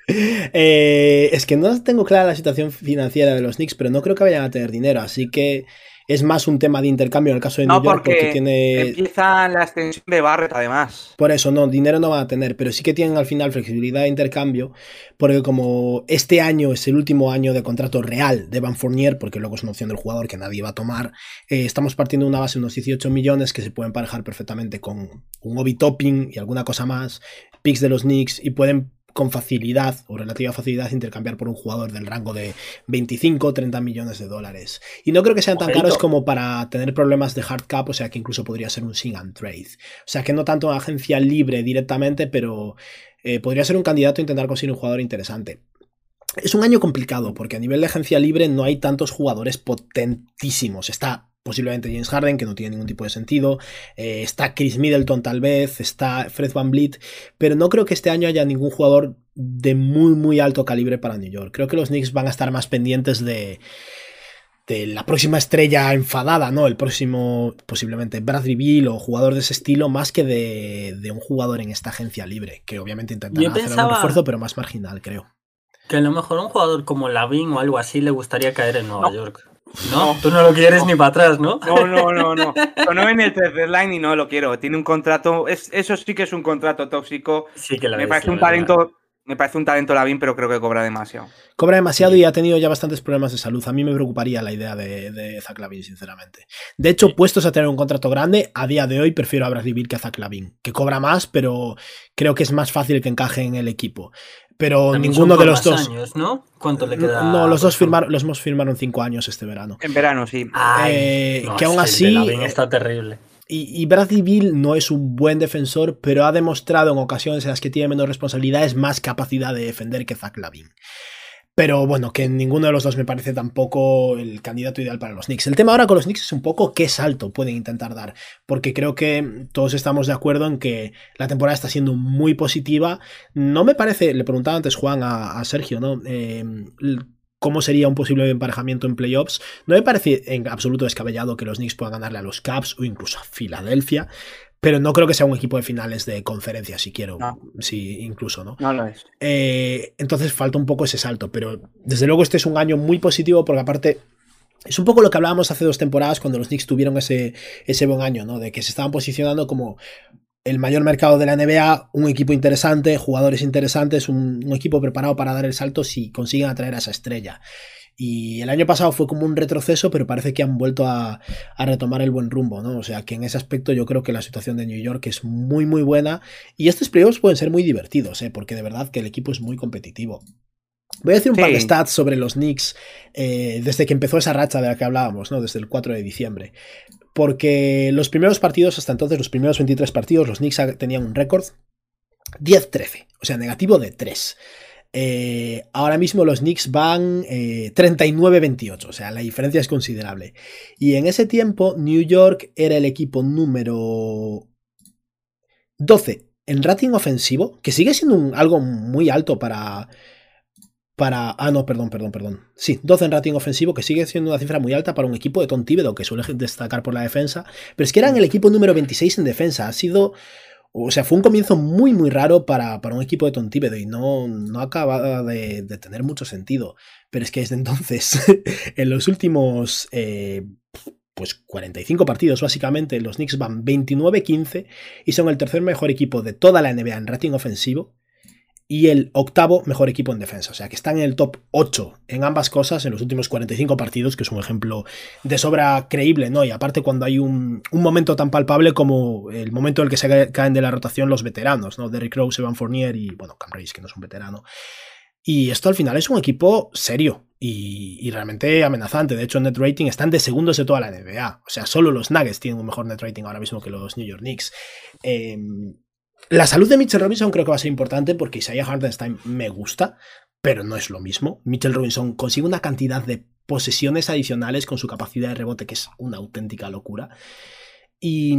Es que no tengo clara la situación financiera de los Knicks, pero no creo que vayan a tener dinero, así que es más un tema de intercambio en el caso de New York, porque tiene... empieza la extensión de Barrett, además. Por eso, no, dinero no van a tener, pero sí que tienen al final flexibilidad de intercambio, porque como este año es el último año de contrato real de Evan Fournier, porque luego es una opción del jugador que nadie va a tomar, estamos partiendo de una base de unos 18 millones que se pueden parejar perfectamente con un Obi-Toppin y alguna cosa más, picks de los Knicks, y pueden con facilidad o relativa facilidad intercambiar por un jugador del rango de 25 o 30 millones de dólares. Y no creo que sean tan caros como para tener problemas de hard cap, o sea que incluso podría ser un sing and trade. O sea que no tanto una agencia libre directamente, pero podría ser un candidato a intentar conseguir un jugador interesante. Es un año complicado porque a nivel de agencia libre no hay tantos jugadores potentísimos. Está posiblemente James Harden, que no tiene ningún tipo de sentido, está Chris Middleton tal vez, está Fred VanVleet, pero no creo que este año haya ningún jugador de muy muy alto calibre para New York. Creo que los Knicks van a estar más pendientes de la próxima estrella enfadada, ¿no? El próximo, posiblemente Bradley Beal o jugador de ese estilo, más que de un jugador en esta agencia libre, que obviamente intentarán hacer algún esfuerzo, pero más marginal, creo. Que a lo mejor un jugador como Lavin o algo así le gustaría caer en Nueva York. ¿No? Tú no lo quieres ni para atrás, ¿no? No. No en el third line y no lo quiero. Tiene un contrato. Eso sí que es un contrato tóxico. Sí que me parece un talento Me parece un talento Lavin, pero creo que cobra demasiado. Cobra demasiado y ha tenido ya bastantes problemas de salud. A mí me preocuparía la idea de Zach LaVine, sinceramente. De hecho, puestos a tener un contrato grande, a día de hoy prefiero a Bradley Beal que a Zach LaVine, que cobra más, pero creo que es más fácil que encaje en el equipo. Pero También ninguno son de por los más dos. años, ¿no? ¿Cuánto le queda? No, los por dos ejemplo? firmaron 5 años este verano. En verano, sí. Ay, no, Que es aún el de así. Lavin está terrible. Y Bradley Beal no es un buen defensor, pero ha demostrado en ocasiones en las que tiene menos responsabilidades más capacidad de defender que Zach LaVine. Pero bueno, que ninguno de los dos me parece tampoco el candidato ideal para los Knicks. El tema ahora con los Knicks es un poco qué salto pueden intentar dar, porque creo que todos estamos de acuerdo en que la temporada está siendo muy positiva. No me parece, le preguntaba antes Juan a Sergio, ¿no? Cómo sería un posible emparejamiento en playoffs. No me parece en absoluto descabellado que los Knicks puedan ganarle a los Cavs o incluso a Filadelfia, pero no creo que sea un equipo de finales de conferencia, si quiero. No. Sí, incluso, ¿no? No lo es. Entonces falta un poco ese salto, pero desde luego este es un año muy positivo porque aparte es un poco lo que hablábamos hace 2 temporadas cuando los Knicks tuvieron ese buen año, ¿no? De que se estaban posicionando como el mayor mercado de la NBA, un equipo interesante, jugadores interesantes, un equipo preparado para dar el salto si consiguen atraer a esa estrella. Y el año pasado fue como un retroceso, pero parece que han vuelto a retomar el buen rumbo, ¿no? O sea que en ese aspecto yo creo que la situación de New York es muy muy buena y estos playoffs pueden ser muy divertidos, porque de verdad que el equipo es muy competitivo. Voy a decir un par de stats sobre los Knicks desde que empezó esa racha de la que hablábamos, ¿no? Desde el 4 de diciembre. Porque los primeros partidos, hasta entonces, los primeros 23 partidos, los Knicks tenían un récord 10-13, o sea, negativo de 3. Ahora mismo los Knicks van 39-28, o sea, la diferencia es considerable. Y en ese tiempo, New York era el equipo número 12 en rating ofensivo, que sigue siendo algo muy alto para... no, perdón. Sí, 12 en rating ofensivo, que sigue siendo una cifra muy alta para un equipo de Tom Thibodeau, que suele destacar por la defensa, pero es que eran el equipo número 26 en defensa. Ha sido... O sea, fue un comienzo muy, muy raro para un equipo de Tom Thibodeau y no acaba de tener mucho sentido. Pero es que desde entonces, en los últimos... pues 45 partidos básicamente, los Knicks van 29-15 y son el tercer mejor equipo de toda la NBA en rating ofensivo y el 8º mejor equipo en defensa. O sea que están en el top 8 en ambas cosas en los últimos 45 partidos, que es un ejemplo de sobra creíble, ¿no? Y aparte cuando hay un momento tan palpable como el momento en el que se caen de la rotación los veteranos, ¿no? Derrick Rose, Evan Fournier y, bueno, Cam Reddish, que no es un veterano. Y esto al final es un equipo serio y realmente amenazante. De hecho, en net rating están de segundos de toda la NBA. O sea, solo los Nuggets tienen un mejor net rating ahora mismo que los New York Knicks. La salud de Mitchell Robinson creo que va a ser importante porque Isaiah Hartenstein me gusta, pero no es lo mismo. Mitchell Robinson consigue una cantidad de posesiones adicionales con su capacidad de rebote que es una auténtica locura. Y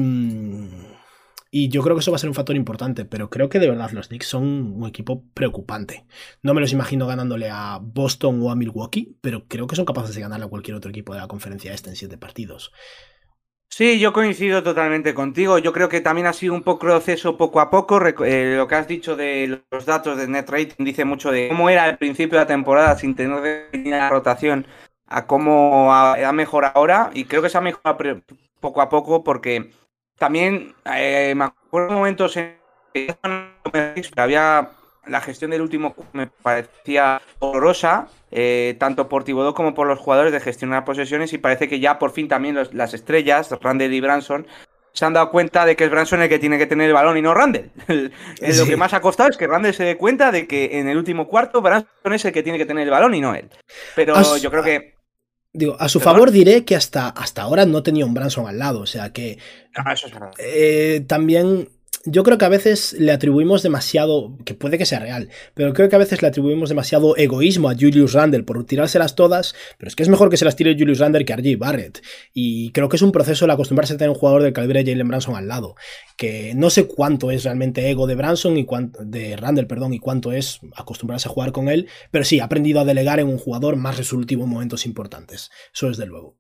yo creo que eso va a ser un factor importante, pero creo que de verdad los Knicks son un equipo preocupante. No me los imagino ganándole a Boston o a Milwaukee, pero creo que son capaces de ganarle a cualquier otro equipo de la conferencia en 7 partidos. Sí, yo coincido totalmente contigo. Yo creo que también ha sido un proceso poco a poco. Lo que has dicho de los datos de net rating dice mucho de cómo era al principio de la temporada sin tener definida la rotación a cómo ha mejorado ahora. Y creo que se ha mejorado poco a poco porque también me acuerdo momentos en que había la gestión del último me parecía horrorosa, tanto por Thibodeau como por los jugadores de gestionar posesiones y parece que ya por fin también las estrellas, Randle y Brunson, se han dado cuenta de que es Brunson el que tiene que tener el balón y no Randle. Sí. Lo que más ha costado es que Randle se dé cuenta de que en el último cuarto Brunson es el que tiene que tener el balón y no él. Pero yo creo que... Digo, a su favor diré que hasta ahora no tenía un Brunson al lado, o sea que... eso es verdad. También... Yo creo que a veces le atribuimos demasiado, que puede que sea real, pero creo que a veces le atribuimos demasiado egoísmo a Julius Randle por tirárselas todas, pero es que es mejor que se las tire Julius Randle que a R.J. Barrett. Y creo que es un proceso el acostumbrarse a tener un jugador del calibre de Jalen Brunson al lado, que no sé cuánto es realmente ego de Brunson y de Randle, perdón, y cuánto es acostumbrarse a jugar con él, pero sí, ha aprendido a delegar en un jugador más resolutivo en momentos importantes. Eso desde luego.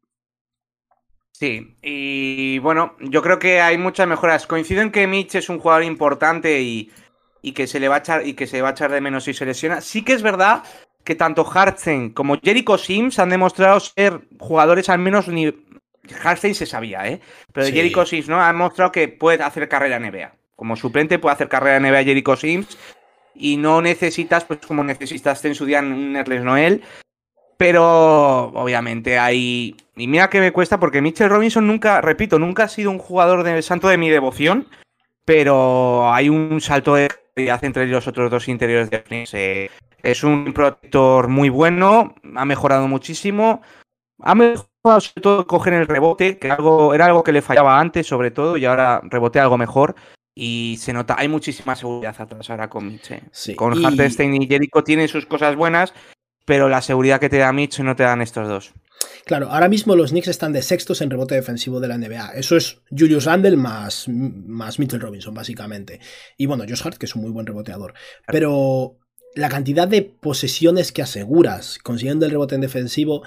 Sí, y bueno, yo creo que hay muchas mejoras. Coincido en que Mitch es un jugador importante y que se le va a echar de menos si se lesiona. Sí que es verdad que tanto Hartenstein como Jericho Sims han demostrado ser jugadores al menos Hartenstein se sabía, pero sí. Jericho Sims no ha demostrado que puede hacer carrera en NBA. Como suplente puede hacer carrera en NBA Jericho Sims. y no necesitas, pues como necesitaste en su día un Nerlens Noel. Pero obviamente hay... Y mira que me cuesta porque Mitchell Robinson nunca ha sido un jugador santo de mi devoción, pero hay un salto de calidad entre los otros dos interiores de Phoenix. Es un protector muy bueno, ha mejorado muchísimo, ha mejorado sobre todo coger el rebote, que era algo que le fallaba antes sobre todo, y ahora rebotea algo mejor. Y se nota, hay muchísima seguridad atrás ahora con Mitch. Sí, Con Hartenstein y Jericho tienen sus cosas buenas, pero la seguridad que te da Mitch no te dan estos dos. Claro, ahora mismo los Knicks están de sextos en rebote defensivo de la NBA. Eso es Julius Randle más Mitchell Robinson, básicamente. Y bueno, Josh Hart, que es un muy buen reboteador. Pero la cantidad de posesiones que aseguras consiguiendo el rebote en defensivo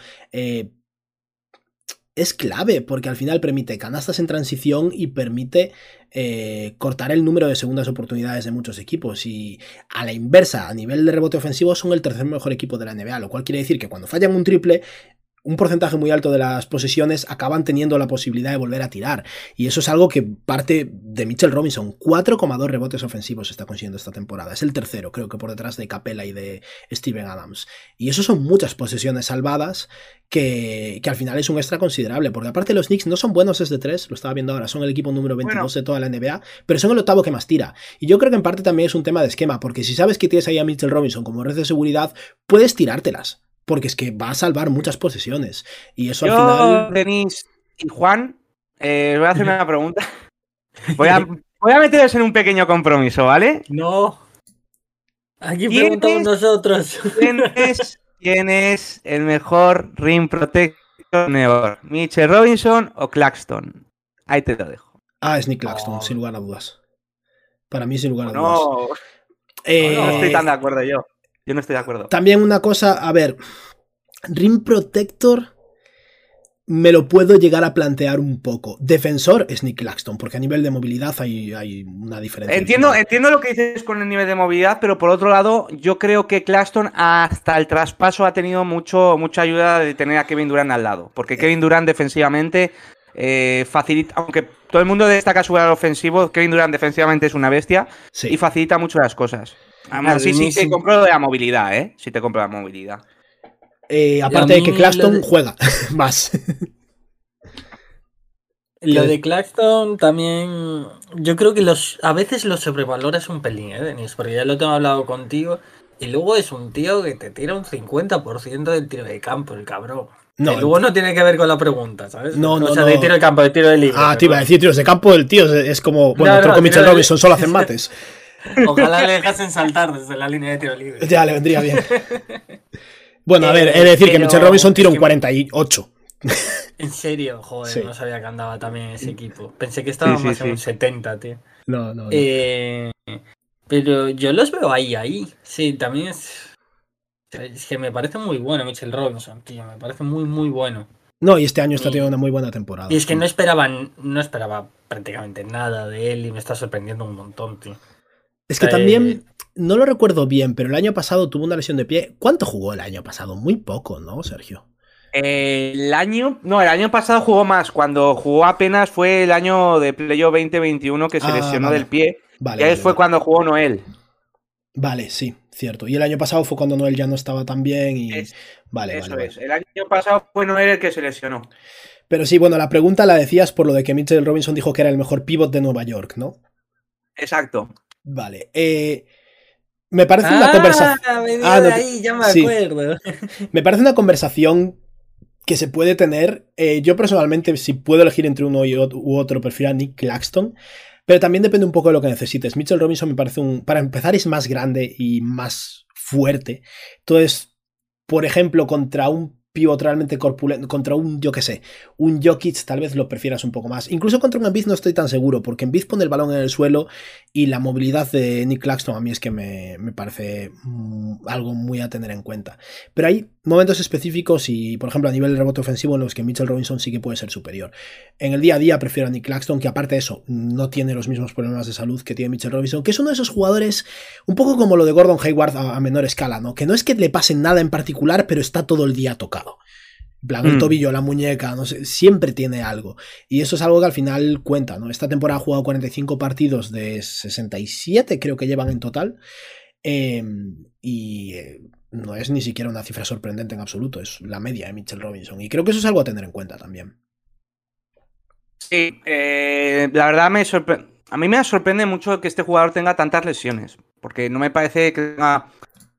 es clave, porque al final permite canastas en transición y permite cortar el número de segundas oportunidades de muchos equipos. Y a la inversa, a nivel de rebote ofensivo, son el tercer mejor equipo de la NBA, lo cual quiere decir que cuando fallan un triple, un porcentaje muy alto de las posesiones acaban teniendo la posibilidad de volver a tirar. Y eso es algo que parte de Mitchell Robinson. 4,2 rebotes ofensivos está consiguiendo esta temporada. Es el tercero, creo que por detrás de Capela y de Steven Adams. Y eso son muchas posesiones salvadas que al final es un extra considerable. Porque aparte los Knicks no son buenos desde 3, lo estaba viendo ahora, son el equipo número 22 de toda la NBA, pero son el octavo que más tira. Y yo creo que en parte también es un tema de esquema, porque si sabes que tienes ahí a Mitchell Robinson como red de seguridad, puedes tirártelas. Porque es que va a salvar muchas posesiones. Y eso al final... Denis y Juan, os voy a hacer una pregunta. Voy a meteros en un pequeño compromiso, ¿vale? No. Aquí preguntamos nosotros. ¿Quién es el mejor rim protector never? ¿Mitchell Robinson o Claxton? Ahí te lo dejo. Es Nick Claxton, sin lugar a dudas. Para mí, sin lugar a dudas. No estoy tan de acuerdo yo. Yo no estoy de acuerdo. También una cosa, a ver, Rim Protector me lo puedo llegar a plantear un poco. Defensor es Nick Claxton, porque a nivel de movilidad hay una diferencia. Entiendo lo que dices con el nivel de movilidad, pero por otro lado, yo creo que Claxton hasta el traspaso ha tenido mucha ayuda de tener a Kevin Durant al lado, porque Kevin Durant defensivamente facilita, aunque todo el mundo destaca su valor ofensivo, Kevin Durant defensivamente es una bestia y facilita mucho las cosas. Además, sí te compro de la movilidad, Sí te compro la movilidad. Aparte de que Claxton juega más. Lo de Claxton también... Yo creo que a veces lo sobrevaloras un pelín, Denis, porque ya lo tengo hablado contigo. Y luego es un tío que te tira un 50% del tiro de campo, el cabrón. No, y luego no tiene que ver con la pregunta, ¿sabes? De tiro de campo, de tiro de libre. Te iba a decir tiros de campo, el tío es como... Bueno, creo que Mitchell Robinson solo hacen mates. Ojalá le dejasen saltar desde la línea de tiro libre. Ya, le vendría bien. Bueno, a ver, he de decir que Mitchell Robinson tira un 48. En serio, joder, sí. No sabía que andaba también ese equipo. Pensé que estaba más en un 70, tío. No. Pero yo los veo ahí. Sí, también es que me parece muy bueno Mitchell Robinson, tío. Me parece muy, muy bueno. No, y este año está teniendo una muy buena temporada. Y es que no esperaba prácticamente nada de él y me está sorprendiendo un montón, tío. Es que también, no lo recuerdo bien, pero el año pasado tuvo una lesión de pie. ¿Cuánto jugó el año pasado? Muy poco, ¿no, Sergio? El año pasado jugó más. Cuando jugó apenas fue el año de Playoff 2021 que se lesionó del pie. Y ahí fue cuando jugó Noel. Vale, sí, cierto. Y el año pasado fue cuando Noel ya no estaba tan bien y... Vale. El año pasado fue Noel el que se lesionó. Pero sí, bueno, la pregunta la decías por lo de que Mitchell Robinson dijo que era el mejor pivot de Nueva York, ¿no? Exacto. Vale. Me parece una conversación... ahí, ya me acuerdo. Me parece una conversación que se puede tener. Yo personalmente, si puedo elegir entre uno u otro, prefiero a Nick Claxton. Pero también depende un poco de lo que necesites. Mitchell Robinson me parece para empezar, es más grande y más fuerte. Entonces, por ejemplo, contra un pivot realmente corpulento, contra un, yo qué sé, un Jokic tal vez lo prefieras un poco más. Incluso contra un Embiid no estoy tan seguro, porque Embiid pone el balón en el suelo y la movilidad de Nick Claxton a mí es que me parece algo muy a tener en cuenta. Pero hay momentos específicos y, por ejemplo, a nivel de rebote ofensivo en los que Mitchell Robinson sí que puede ser superior. En el día a día prefiero a Nick Claxton, que aparte de eso, no tiene los mismos problemas de salud que tiene Mitchell Robinson, que es uno de esos jugadores un poco como lo de Gordon Hayward a menor escala, ¿no? Que no es que le pase nada en particular, pero está todo el día tocado. En plan, el tobillo, la muñeca, no sé, siempre tiene algo. Y eso es algo que al final cuenta, ¿no? Esta temporada ha jugado 45 partidos de 67, creo que llevan en total. No es ni siquiera una cifra sorprendente en absoluto, es la media de Mitchell Robinson. Y creo que eso es algo a tener en cuenta también. Sí, la verdad a mí me sorprende mucho que este jugador tenga tantas lesiones, porque no me parece que tenga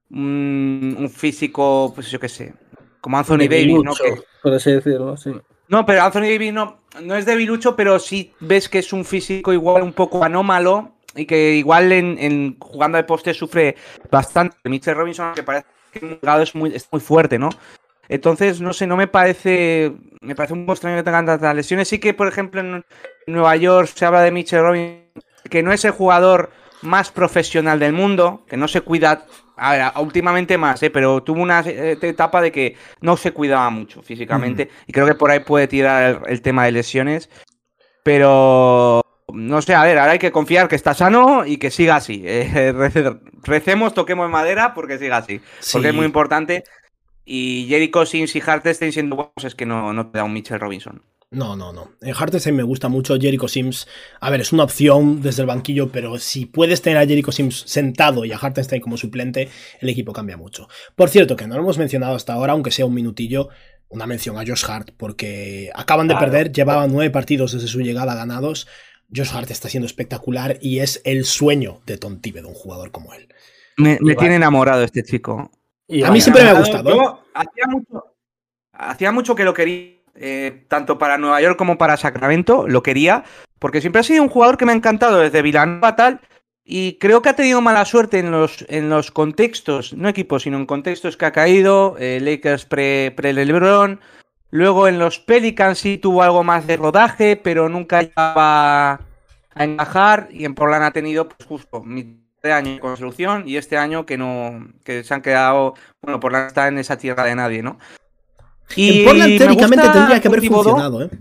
un físico, pues yo qué sé, como Anthony Davis, ¿no? Por así decirlo, sí. No, pero Anthony Davis no es debilucho, pero sí ves que es un físico igual un poco anómalo y que igual en jugando de poste sufre bastante. Mitchell Robinson, que parece que en un lado es muy fuerte, ¿no? Entonces, no sé, me parece un poco extraño que tengan tantas lesiones. Sí que, por ejemplo, en Nueva York se habla de Mitchell Robinson, que no es el jugador más profesional del mundo, que no se cuida, a ver, últimamente más, pero tuvo una etapa de que no se cuidaba mucho físicamente, y creo que por ahí puede tirar el tema de lesiones, pero no sé, a ver, ahora hay que confiar que está sano y que siga así. Recemos, toquemos madera porque siga así, porque es muy importante. Y Jericho Sims y Hartenstein siendo buenos es que no te da un Mitchell Robinson. No. En Hartenstein me gusta mucho. Jericho Sims, a ver, es una opción desde el banquillo, pero si puedes tener a Jericho Sims sentado y a Hartenstein como suplente, el equipo cambia mucho. Por cierto, que no lo hemos mencionado hasta ahora, aunque sea un minutillo, una mención a Josh Hart, porque acaban de perder, llevaban 9 partidos desde su llegada ganados. Josh Hart está siendo espectacular y es el sueño de Tom Thibodeau, un jugador como él. Me tiene enamorado este chico. A mí siempre me ha gustado. Yo hacía mucho que lo quería, tanto para Nueva York como para Sacramento, lo quería, porque siempre ha sido un jugador que me ha encantado desde Villanova tal, y creo que ha tenido mala suerte en los contextos, no equipos, sino en contextos que ha caído, Lakers pre-LeBron, luego en los Pelicans sí tuvo algo más de rodaje, pero nunca llegaba a encajar, y en Portland ha tenido pues justo este año de construcción y este año que se han quedado, bueno, Portland está en esa tierra de nadie, ¿no? Y en Portland teóricamente tendría que haber funcionado, ¿eh?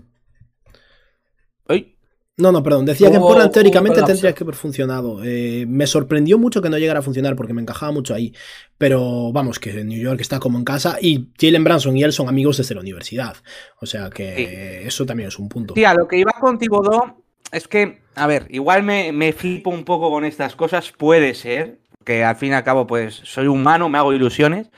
¿Oye? No, perdón. Decía que en Portland teóricamente tendría que haber funcionado. Me sorprendió mucho que no llegara a funcionar porque me encajaba mucho ahí. Pero vamos, que New York está como en casa y Jalen Brunson y él son amigos desde la universidad. O sea que eso también es un punto. Sí, a lo que iba con Thibodeau es que, a ver, igual me flipo un poco con estas cosas, puede ser, que al fin y al cabo pues soy humano, me hago ilusiones,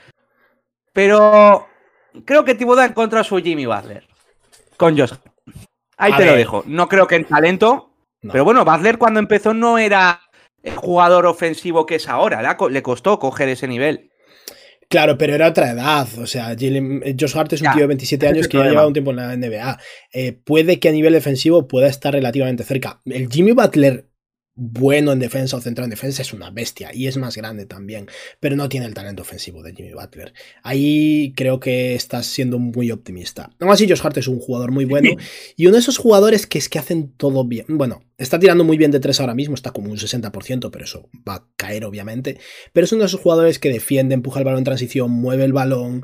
pero creo que Thibodeau ha encontrado a su Jimmy Butler con Josh. Ahí te lo dejo. No creo que en talento, pero bueno, Butler cuando empezó no era el jugador ofensivo que es ahora, le costó coger ese nivel. Claro, pero era otra edad. O sea, Josh Hart es un tío de 27 años que ya lleva un tiempo en la NBA. Puede que a nivel defensivo pueda estar relativamente cerca. El Jimmy Butler bueno en defensa o centrado en defensa es una bestia y es más grande también, pero no tiene el talento ofensivo de Jimmy Butler. Ahí creo que estás siendo muy optimista. Aún así, Josh Hart es un jugador muy bueno y uno de esos jugadores que es que hacen todo bien. Bueno, está tirando muy bien de 3 ahora mismo, está como un 60%, pero eso va a caer obviamente. Pero es uno de esos jugadores que defiende, empuja el balón en transición, mueve el balón,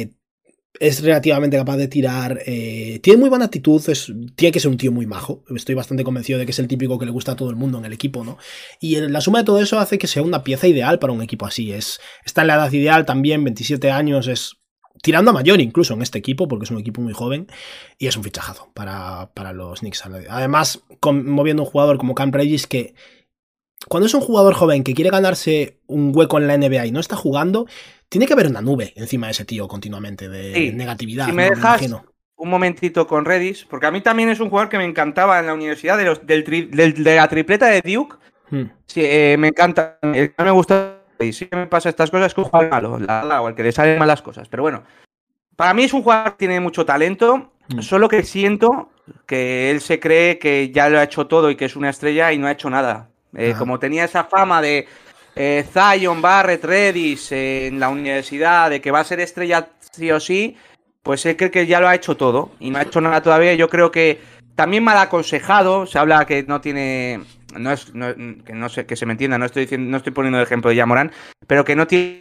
es relativamente capaz de tirar, tiene muy buena actitud, tiene que ser un tío muy majo, estoy bastante convencido de que es el típico que le gusta a todo el mundo en el equipo, ¿no? Y la suma de todo eso hace que sea una pieza ideal para un equipo así, está en la edad ideal también, 27 años, es tirando a mayor incluso en este equipo, porque es un equipo muy joven, y es un fichajazo para los Knicks. Además, moviendo un jugador como Cam Reddish que cuando es un jugador joven que quiere ganarse un hueco en la NBA y no está jugando, tiene que haber una nube encima de ese tío continuamente de negatividad. Si me dejas un momentito con Reddish, porque a mí también es un jugador que me encantaba en la universidad, de la tripleta de Duke. Sí, me encanta. No me gusta. Y sí que me pasa estas cosas, es que un jugador malo, o el que le salen malas cosas. Pero bueno, para mí es un jugador que tiene mucho talento, solo que siento que él se cree que ya lo ha hecho todo y que es una estrella y no ha hecho nada. Como tenía esa fama de Zion, Barrett, Reddish en la universidad, de que va a ser estrella sí o sí, pues él cree que ya lo ha hecho todo y no ha hecho nada todavía. Yo creo que también mal aconsejado, se habla que no tiene, que no sé, que se me entienda, no estoy poniendo el ejemplo de Yamorán, pero que no tiene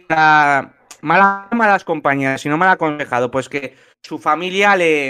malas compañías, sino mal aconsejado, pues que su familia le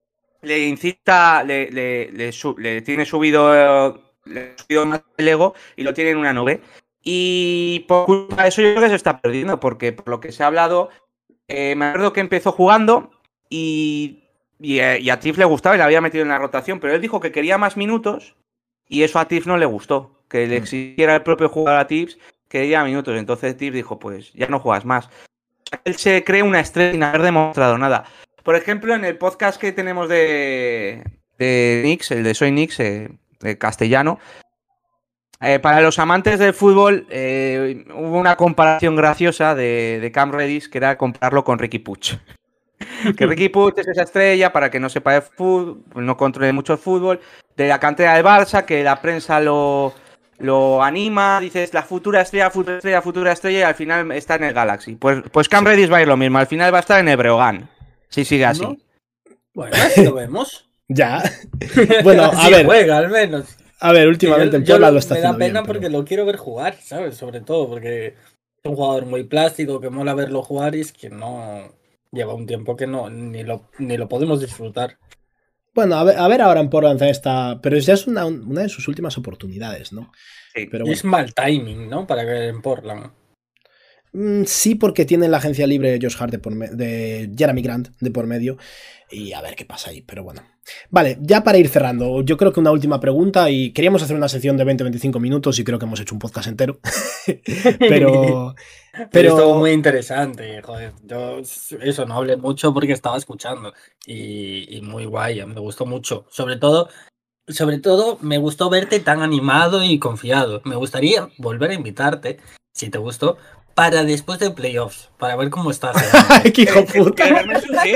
incita, le tiene subido más el ego y lo tiene en una nube. Y por culpa de eso yo creo que se está perdiendo, porque por lo que se ha hablado, me acuerdo que empezó jugando y a Tiff le gustaba y le había metido en la rotación, pero él dijo que quería más minutos y eso a Tiff no le gustó, que le exigiera el propio jugador a Tiff quería minutos. Entonces Tibbs dijo, pues ya no juegas más. Él se cree una estrella sin haber demostrado nada. Por ejemplo, en el podcast que tenemos de Knicks, el de Soy Knicks, de castellano, para los amantes del fútbol hubo una comparación graciosa de Cam Reddish, que era compararlo con Riqui Puig. Que Riqui Puig es esa estrella, para que no sepa de fútbol, no controle mucho el fútbol, de la cantera del Barça, que la prensa lo anima, dices la futura estrella, futura estrella, y al final está en el Galaxy. Pues Cam Reddish va a ir lo mismo, al final va a estar en el Breogán, si sigue así. ¿No? Bueno, así lo vemos. Ya. Bueno, a Sí, ver. juega, al menos. A ver, últimamente en Portland lo está me haciendo da pena bien, porque pero... lo quiero ver jugar, ¿sabes? Sobre todo porque es un jugador muy plástico, que mola verlo jugar, y es que no lleva un tiempo que no ni lo podemos disfrutar. Bueno, a ver ahora en Portland está... Pero ya es una de sus últimas oportunidades, ¿no? Sí. Pero Y bueno. es mal timing, ¿no? Para que en Portland. Sí, porque tienen la agencia libre de Josh Hart de Jeremy Grant de por medio. Y a ver qué pasa ahí, pero bueno. Vale, ya para ir cerrando, yo creo que una última pregunta, y queríamos hacer una sección de 20-25 minutos y creo que hemos hecho un podcast entero. pero Estuvo muy interesante, joder. Yo eso no hablé mucho porque estaba escuchando. Y muy guay, me gustó mucho. Sobre todo, me gustó verte tan animado y confiado. Me gustaría volver a invitarte, si te gustó, para después de playoffs, para ver cómo estás. ¡Qué hijo puta! ¿Quererme sufrir?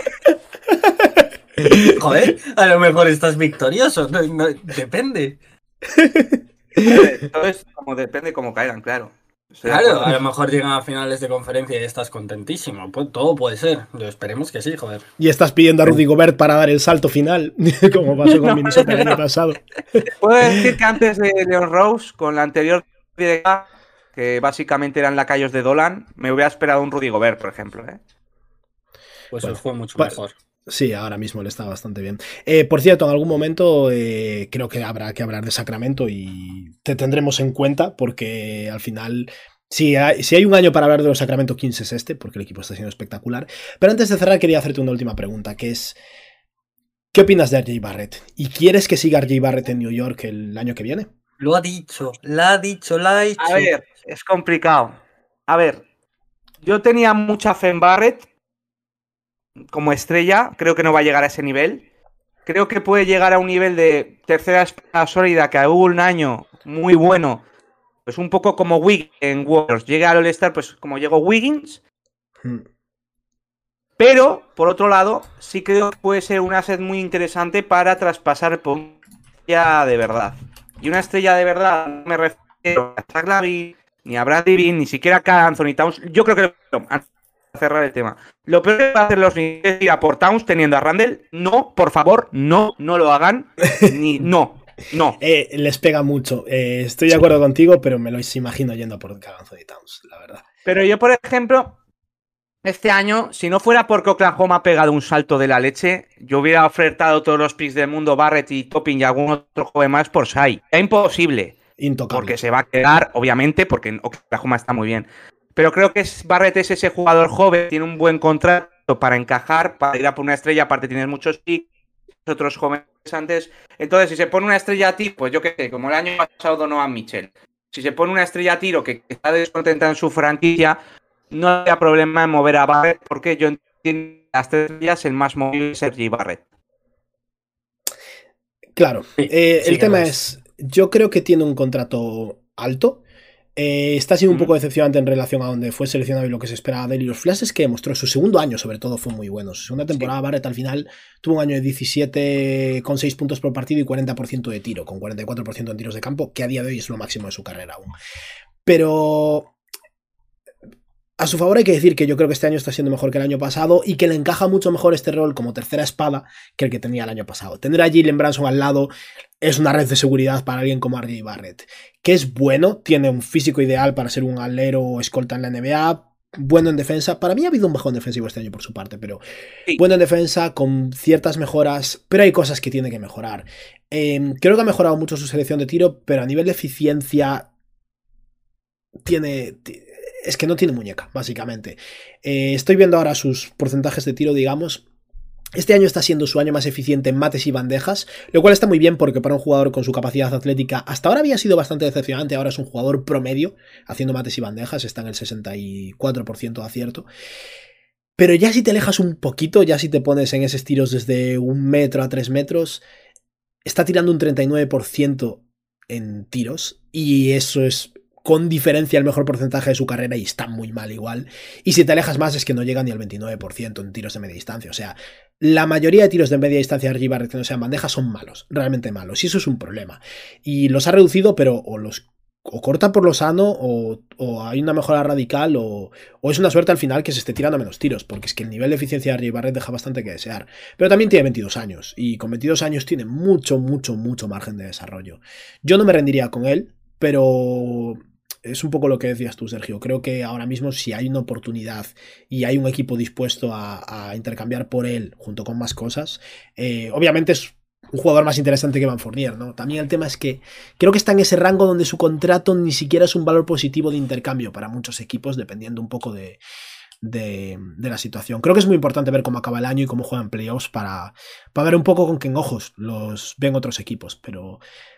Joder, a lo mejor estás victorioso. No, depende. Entonces, como depende cómo caigan, claro. Claro, a lo mejor llegan a finales de conferencia y estás contentísimo. Todo puede ser. Esperemos que sí, joder. Y estás pidiendo a Rudy Gobert para dar el salto final, como pasó con Minnesota el año pasado. Puedo decir que antes de Leon Rose, con la anterior que básicamente eran lacayos de Dolan, me hubiera esperado un Rudy Gobert, por ejemplo. Pues Bueno, fue mucho mejor. Sí, ahora mismo le está bastante bien. Por cierto, en algún momento creo que habrá que hablar de Sacramento y te tendremos en cuenta porque al final, si hay un año para hablar de los Sacramento Kings es este, porque el equipo está siendo espectacular. Pero antes de cerrar quería hacerte una última pregunta, que es, ¿qué opinas de R.J. Barrett? ¿Y quieres que siga R.J. Barrett en New York el año que viene? Lo ha dicho, la ha dicho. A ver, es complicado. A ver, yo tenía mucha fe en Barrett como estrella, creo que no va a llegar a ese nivel. Creo que puede llegar a un nivel de tercera espada sólida, que hubo un año muy bueno, pues un poco como Wiggins en Warriors. Llega al All-Star, pues como llegó Wiggins. Pero, por otro lado, sí creo que puede ser un asset muy interesante para traspasar por una estrella de verdad. Y una estrella de verdad, no me refiero a Zach LaVine, ni a Bradley Beal, ni siquiera a Karl Anthony Towns. Yo creo que a cerrar el tema. Lo peor que va a hacer los Knicks es ir a por Towns teniendo a Randle. No, por favor, no lo hagan. No. Les pega mucho. Estoy de acuerdo contigo, pero me lo imagino yendo a por Karl Anthony Towns, la verdad. Pero yo, por ejemplo, este año, si no fuera porque Oklahoma ha pegado un salto de la leche, yo hubiera ofertado todos los picks del mundo, Barrett y Toppin y algún otro joven más por Shai. Es imposible. Intocable. Porque se va a quedar, obviamente, porque Oklahoma está muy bien. Pero creo que Barrett es ese jugador joven, tiene un buen contrato para encajar, para ir a por una estrella, aparte tienes muchos picks, otros jóvenes antes. Entonces, si se pone una estrella a tiro, pues yo qué sé, como el año pasado Donovan Mitchell. Si se pone una estrella a tiro que está descontenta en su franquicia, no había problema en mover a Barrett, porque yo entiendo que las estrellas el más móvil es R.J. Barrett. Claro, Sí, el tema es, yo creo que tiene un contrato alto. Está siendo un poco decepcionante en relación a donde fue seleccionado y lo que se esperaba de él. Y los flashes que demostró su segundo año, sobre todo, fue muy bueno. Su segunda temporada, Barrett al final tuvo un año de 17,6 puntos por partido y 40% de tiro, con 44% en tiros de campo, que a día de hoy es lo máximo de su carrera aún. Pero a su favor hay que decir que yo creo que este año está siendo mejor que el año pasado y que le encaja mucho mejor este rol como tercera espada que el que tenía el año pasado. Tener a Jalen Brunson al lado es una red de seguridad para alguien como R.J. Barrett, que es bueno, tiene un físico ideal para ser un alero o escolta en la NBA, bueno en defensa. Para mí ha habido un bajón defensivo este año por su parte, pero sí, bueno en defensa, con ciertas mejoras, pero hay cosas que tiene que mejorar. Creo que ha mejorado mucho su selección de tiro, pero a nivel de eficiencia es que no tiene muñeca, básicamente. Estoy viendo ahora sus porcentajes de tiro, digamos, Este año está siendo su año más eficiente en mates y bandejas, lo cual está muy bien porque para un jugador con su capacidad atlética hasta ahora había sido bastante decepcionante, ahora es un jugador promedio haciendo mates y bandejas, está en el 64% de acierto. Pero ya si te alejas un poquito, ya si te pones en esos tiros desde 1 metro a 3 metros, está tirando un 39% en tiros y eso es con diferencia el mejor porcentaje de su carrera y está muy mal igual. Y si te alejas más es que no llega ni al 29% en tiros de media distancia. O sea, la mayoría de tiros de media distancia de RJ Barrett que no sean bandejas son malos, realmente malos. Y eso es un problema. Y los ha reducido, pero o corta por lo sano o hay una mejora radical o es una suerte al final que se esté tirando menos tiros, porque es que el nivel de eficiencia de RJ Barrett deja bastante que desear. Pero también tiene 22 años y con 22 años tiene mucho margen de desarrollo. Yo no me rendiría con él, pero es un poco lo que decías tú, Sergio. Creo que ahora mismo si hay una oportunidad y hay un equipo dispuesto a intercambiar por él junto con más cosas, obviamente es un jugador más interesante que Van Fournier, ¿no? También el tema es que creo que está en ese rango donde su contrato ni siquiera es un valor positivo de intercambio para muchos equipos, dependiendo un poco de la situación. Creo que es muy importante ver cómo acaba el año y cómo juegan playoffs para ver un poco con qué ojos los ven otros equipos, pero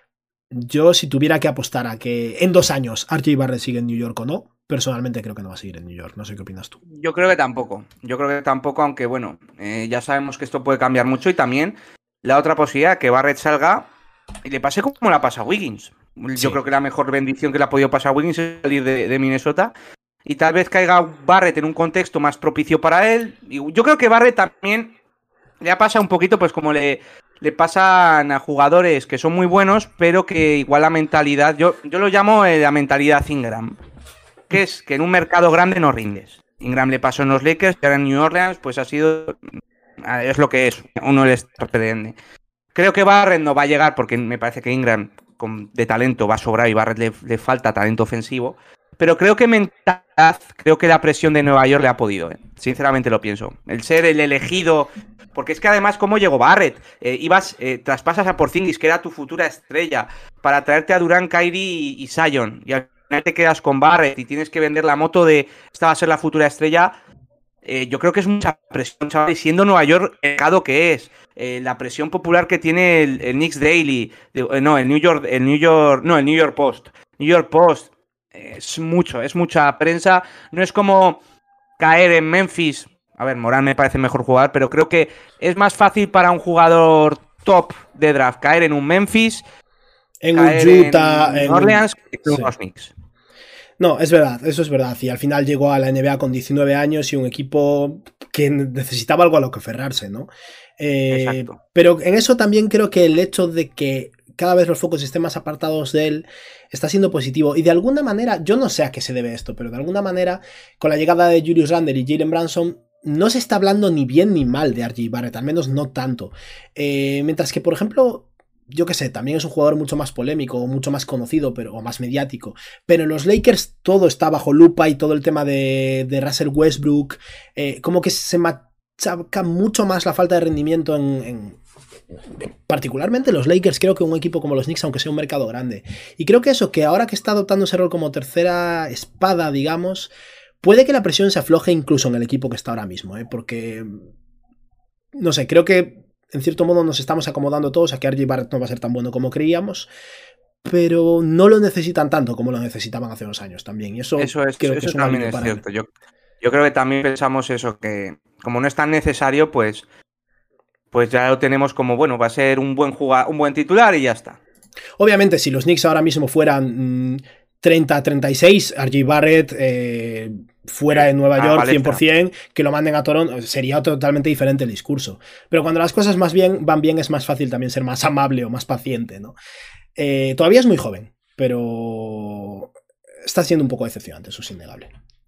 yo si tuviera que apostar a que en 2 años RJ Barrett sigue en New York o no, personalmente creo que no va a seguir en New York. No sé qué opinas tú. Yo creo que tampoco, aunque bueno, ya sabemos que esto puede cambiar mucho y también la otra posibilidad, que Barrett salga y le pase como la pasa a Wiggins. Sí. Yo creo que la mejor bendición que le ha podido pasar a Wiggins es salir de Minnesota y tal vez caiga Barrett en un contexto más propicio para él. Y yo creo que Barrett también le ha pasado un poquito pues como le pasan a jugadores que son muy buenos, pero que igual la mentalidad, yo lo llamo la mentalidad Ingram, que es que en un mercado grande no rindes. Ingram le pasó en los Lakers, y ahora en New Orleans pues ha sido, es lo que es, uno le está perdiendo. Creo que Barrett no va a llegar porque me parece que Ingram de talento va a sobrar y Barrett le falta talento ofensivo, pero creo que mentalidad, creo que la presión de Nueva York le ha podido, sinceramente lo pienso. El ser el elegido, porque es que además, ¿cómo llegó Barrett? Traspasas a Porzingis, que era tu futura estrella, para traerte a Durant, Kyrie y Zion, y al final te quedas con Barrett y tienes que vender la moto de esta va a ser la futura estrella. Yo creo que es mucha presión, chaval, y siendo Nueva York el mercado que es, la presión popular que tiene el Knicks Daily, el New York Post. New York Post es mucha prensa. No es como caer en Memphis. A ver, Morán me parece mejor jugador, pero creo que es más fácil para un jugador top de draft caer en un Memphis, en un Utah, en Orleans, que en los Knicks. No, es verdad, eso es verdad. Y al final llegó a la NBA con 19 años y un equipo que necesitaba algo a lo que aferrarse, ¿no? Exacto. Pero en eso también creo que el hecho de que cada vez los focos estén más apartados de él está siendo positivo. Y de alguna manera, yo no sé a qué se debe esto, pero de alguna manera, con la llegada de Julius Randle y Jalen Brunson, no se está hablando ni bien ni mal de RJ Barrett, al menos no tanto. Mientras que, por ejemplo, yo qué sé, también es un jugador mucho más polémico, mucho más conocido, o más mediático. Pero en los Lakers todo está bajo lupa y todo el tema de Russell Westbrook, como que se machaca mucho más la falta de rendimiento particularmente los Lakers, creo que un equipo como los Knicks, aunque sea un mercado grande. Y creo que eso, que ahora que está adoptando ese rol como tercera espada, digamos, puede que la presión se afloje incluso en el equipo que está ahora mismo, porque, no sé, creo que en cierto modo nos estamos acomodando todos a que RJ Barrett no va a ser tan bueno como creíamos, pero no lo necesitan tanto como lo necesitaban hace unos años también. Y eso es, creo que eso también es cierto. Yo creo que también pensamos eso, que como no es tan necesario, pues ya lo tenemos como, bueno, va a ser un buen titular y ya está. Obviamente, si los Knicks ahora mismo fueran 30-36, RJ Barrett fuera de Nueva York, palestra. 100%, que lo manden a Toronto, sería totalmente diferente el discurso. Pero cuando las cosas van bien, es más fácil también ser más amable o más paciente, ¿no? Todavía es muy joven, pero está siendo un poco decepcionante, eso es innegable.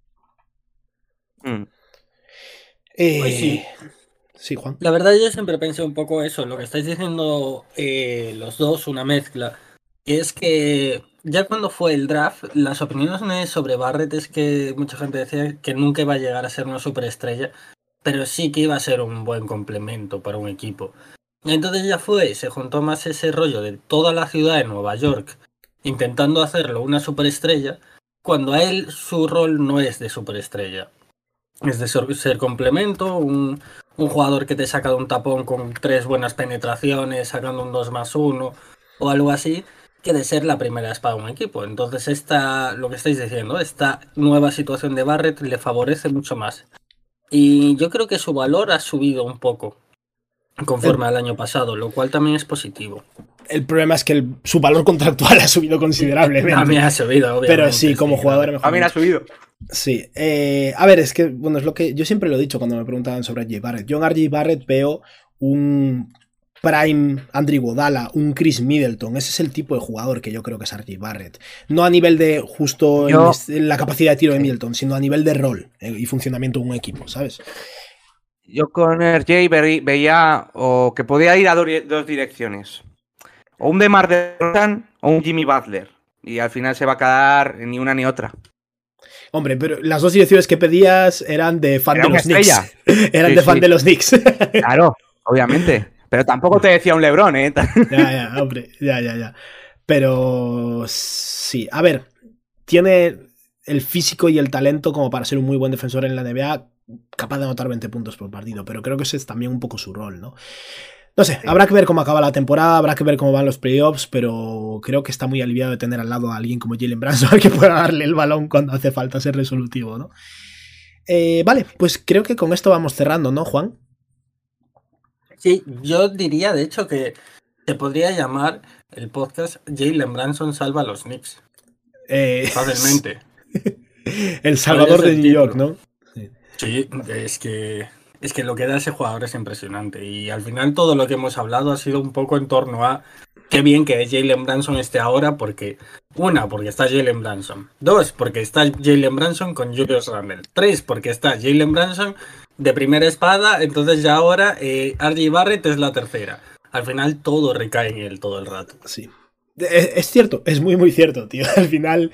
Pues sí. Sí, Juan. La verdad yo siempre pensé un poco eso, lo que estáis diciendo los dos, una mezcla. Y es que ya cuando fue el draft, las opiniones sobre Barrett es que mucha gente decía que nunca iba a llegar a ser una superestrella, pero sí que iba a ser un buen complemento para un equipo. Y entonces ya se juntó más ese rollo de toda la ciudad de Nueva York intentando hacerlo una superestrella, cuando a él su rol no es de superestrella. Es de ser complemento, un un jugador que te saca de un tapón con 3 buenas penetraciones, sacando un 2+1 o algo así, que de ser la primera espada de un equipo. Entonces lo que estáis diciendo, esta nueva situación de Barrett le favorece mucho más. Y yo creo que su valor ha subido un poco conforme al año pasado, lo cual también es positivo. El problema es que su valor contractual ha subido considerablemente. También ha subido, obviamente. Pero sí, como jugador mejor. También ha subido. Sí. A ver, es que, bueno, es lo que yo siempre lo he dicho cuando me preguntaban sobre R.J. Barrett. Yo en R.J. Barrett veo un prime Andre Iguodala, un Chris Middleton. Ese es el tipo de jugador que yo creo que es R.J. Barrett. No a nivel de justo en la capacidad de tiro de Middleton, sino a nivel de rol y funcionamiento de un equipo, ¿sabes? Yo con R.J. veía o que podía ir a dos direcciones. O un DeMar DeRozan o un Jimmy Butler. Y al final se va a quedar ni una ni otra. Hombre, pero las dos direcciones que pedías eran de fan de los Knicks. Eran sí, de fan de los Knicks. Claro, obviamente. Pero tampoco te decía un LeBron, ¿eh? Ya, hombre, ya. Pero sí, a ver, tiene el físico y el talento como para ser un muy buen defensor en la NBA, capaz de anotar 20 puntos por partido, pero creo que ese es también un poco su rol, ¿no? No sé, sí. Habrá que ver cómo acaba la temporada, habrá que ver cómo van los playoffs, pero creo que está muy aliviado de tener al lado a alguien como Jalen Brunson al que pueda darle el balón cuando hace falta ser resolutivo, ¿no? Vale, pues creo que con esto vamos cerrando, ¿no, Juan? Sí, yo diría, de hecho, que se podría llamar el podcast Jalen Brunson salva a los Knicks. Fácilmente. El Salvador de New York, ¿no? Sí, es que lo que da ese jugador es impresionante. Y al final todo lo que hemos hablado ha sido un poco en torno a qué bien que Jalen Brunson esté ahora, porque porque está Jalen Brunson. 2, porque está Jalen Brunson con Julius Randle. 3, porque está Jalen Brunson de primera espada. Entonces ya ahora R.J. Barrett es la tercera. Al final todo recae en él todo el rato. Sí. Es cierto, es muy muy cierto, tío. Al final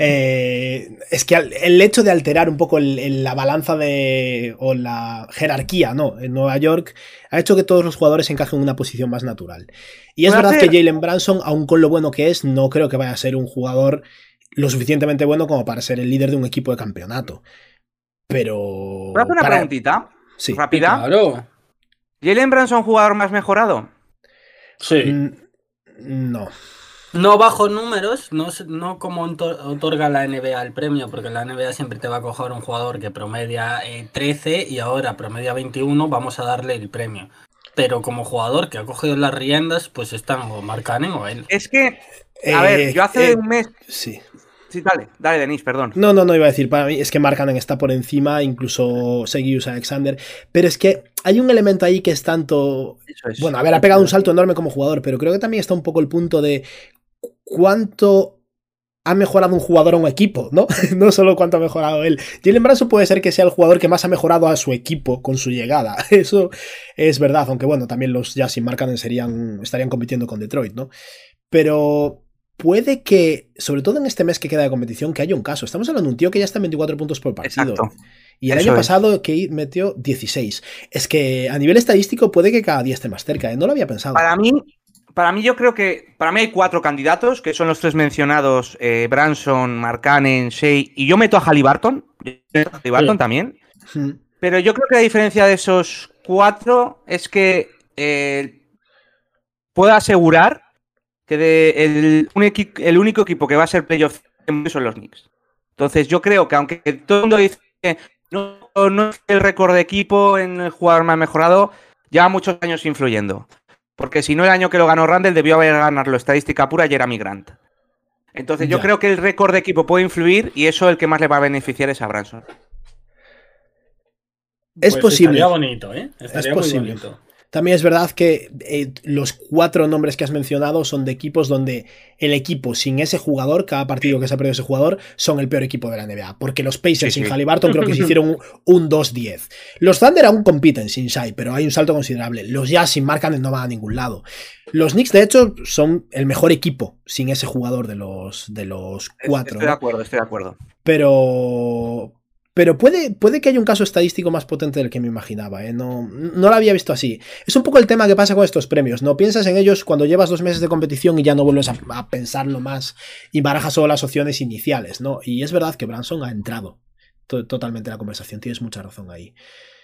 es que el hecho de alterar un poco la balanza o la jerarquía, ¿no? En Nueva York ha hecho que todos los jugadores encajen en una posición más natural. Y es verdad que Jalen Brunson, aun con lo bueno que es, no creo que vaya a ser un jugador lo suficientemente bueno como para ser el líder de un equipo de campeonato. Pero... ¿Puedo hacer una preguntita? Sí. ¿Rápida? Claro. ¿Jalen Brunson jugador más mejorado? Sí. No. No bajo números, no como otorga la NBA el premio, porque la NBA siempre te va a coger un jugador que promedia 13 y ahora promedia 21, vamos a darle el premio. Pero como jugador que ha cogido las riendas, pues están o Mark Cannon o él. Es que, a ver, yo hace un mes... Sí. Sí, dale, Denis, perdón. No, iba a decir, para mí es que Mark Cannon está por encima, incluso Seguius Alexander, pero es que hay un elemento ahí que es tanto... Bueno, a ver, ha pegado un salto enorme como jugador, pero creo que también está un poco el punto de cuánto ha mejorado un jugador a un equipo, ¿no? No solo cuánto ha mejorado él. Jalen Brunson puede ser que sea el jugador que más ha mejorado a su equipo con su llegada. Eso es verdad, aunque bueno, también los Jazz sin Mark Cannon estarían compitiendo con Detroit, ¿no? Pero... puede que, sobre todo en este mes que queda de competición, que haya un caso. Estamos hablando de un tío que ya está en 24 puntos por partido. Exacto. Y el año pasado que metió 16. Es que a nivel estadístico puede que cada día esté más cerca, ¿eh? No lo había pensado. Para mí yo creo que... Para mí hay 4 candidatos, que son los 3 mencionados, Brunson, Markkanen, Shea, y yo meto a Haliburton. Haliburton también. Pero yo creo que la diferencia de esos 4 es que puedo asegurar que el único equipo que va a ser playoff son los Knicks. Entonces yo creo que aunque todo el mundo dice no es el récord de equipo en el jugador más mejorado, lleva muchos años influyendo. Porque si no, el año que lo ganó Randle debió haber ganado estadística pura Jeremy Grant. Entonces yo creo que el récord de equipo puede influir y eso el que más le va a beneficiar es a Brunson. Es posible. Estaría bonito, ¿eh? Estaría muy bonito. También es verdad que los 4 nombres que has mencionado son de equipos donde el equipo sin ese jugador, cada partido que se ha perdido ese jugador, son el peor equipo de la NBA. Porque los Pacers sin Haliburton creo que se hicieron un 2-10. Los Thunder aún compiten sin Shai, pero hay un salto considerable. Los Jazz sin Mark Cannon no van a ningún lado. Los Knicks, de hecho, son el mejor equipo sin ese jugador de los 4. Estoy de acuerdo. Pero puede que haya un caso estadístico más potente del que me imaginaba, ¿eh? No lo había visto así. Es un poco el tema que pasa con estos premios, ¿no? Piensas en ellos cuando llevas 2 meses de competición y ya no vuelves a pensarlo más y barajas solo las opciones iniciales, ¿no? Y es verdad que Brunson ha entrado totalmente en la conversación, tienes mucha razón ahí.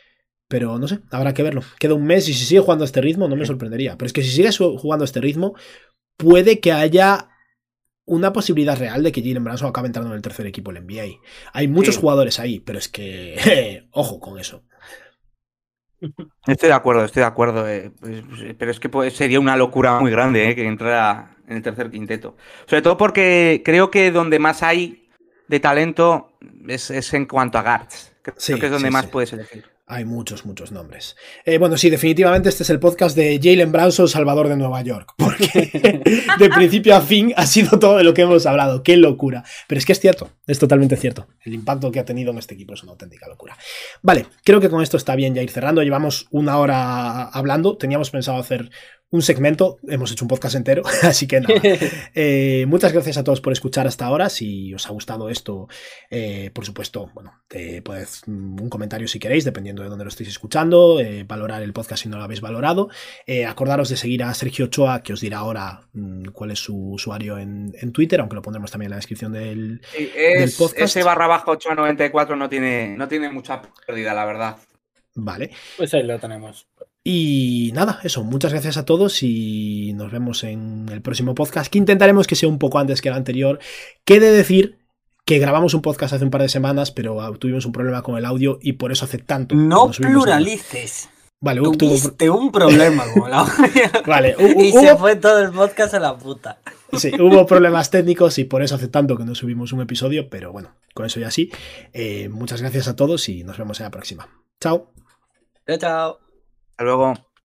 Pero no sé, habrá que verlo. Queda un mes y si sigue jugando a este ritmo no me sorprendería. Pero es que si sigue jugando a este ritmo, puede que haya una posibilidad real de que Jalen Brunson acabe entrando en el tercer equipo del NBA. Hay muchos jugadores ahí, pero es que ojo con eso. Estoy de acuerdo, pero es que sería una locura muy grande que entrara en el tercer quinteto. Sobre todo porque creo que donde más hay de talento es en cuanto a guards. Creo que es donde más puedes elegir. Hay muchos nombres. Bueno, sí, definitivamente este es el podcast de Jalen Brunson, Salvador de Nueva York, porque de principio a fin ha sido todo de lo que hemos hablado. ¡Qué locura! Pero es que es cierto, es totalmente cierto. El impacto que ha tenido en este equipo es una auténtica locura. Vale, creo que con esto está bien ya ir cerrando. Llevamos 1 hora hablando. Teníamos pensado hacer un segmento, hemos hecho un podcast entero, así que nada. Muchas gracias a todos por escuchar hasta ahora. Si os ha gustado esto, por supuesto, bueno, podéis un comentario si queréis, dependiendo de dónde lo estéis escuchando, valorar el podcast si no lo habéis valorado. Acordaros de seguir a Sergio Ochoa, que os dirá ahora cuál es su usuario en Twitter, aunque lo pondremos también en la descripción del podcast. Ese /894 no tiene mucha pérdida, la verdad. Vale. Pues ahí lo tenemos. Y nada, eso, muchas gracias a todos y nos vemos en el próximo podcast, que intentaremos que sea un poco antes que el anterior. Quede decir que grabamos un podcast hace un par de semanas, pero tuvimos un problema con el audio y por eso hace tanto. No pluralices. Vale, tuviste un problema con el audio. Vale, se fue todo el podcast a la puta. Sí, hubo problemas técnicos y por eso hace tanto que no subimos un episodio, pero bueno, con eso ya sí. Muchas gracias a todos y nos vemos en la próxima. Chao. Chao. Hasta luego.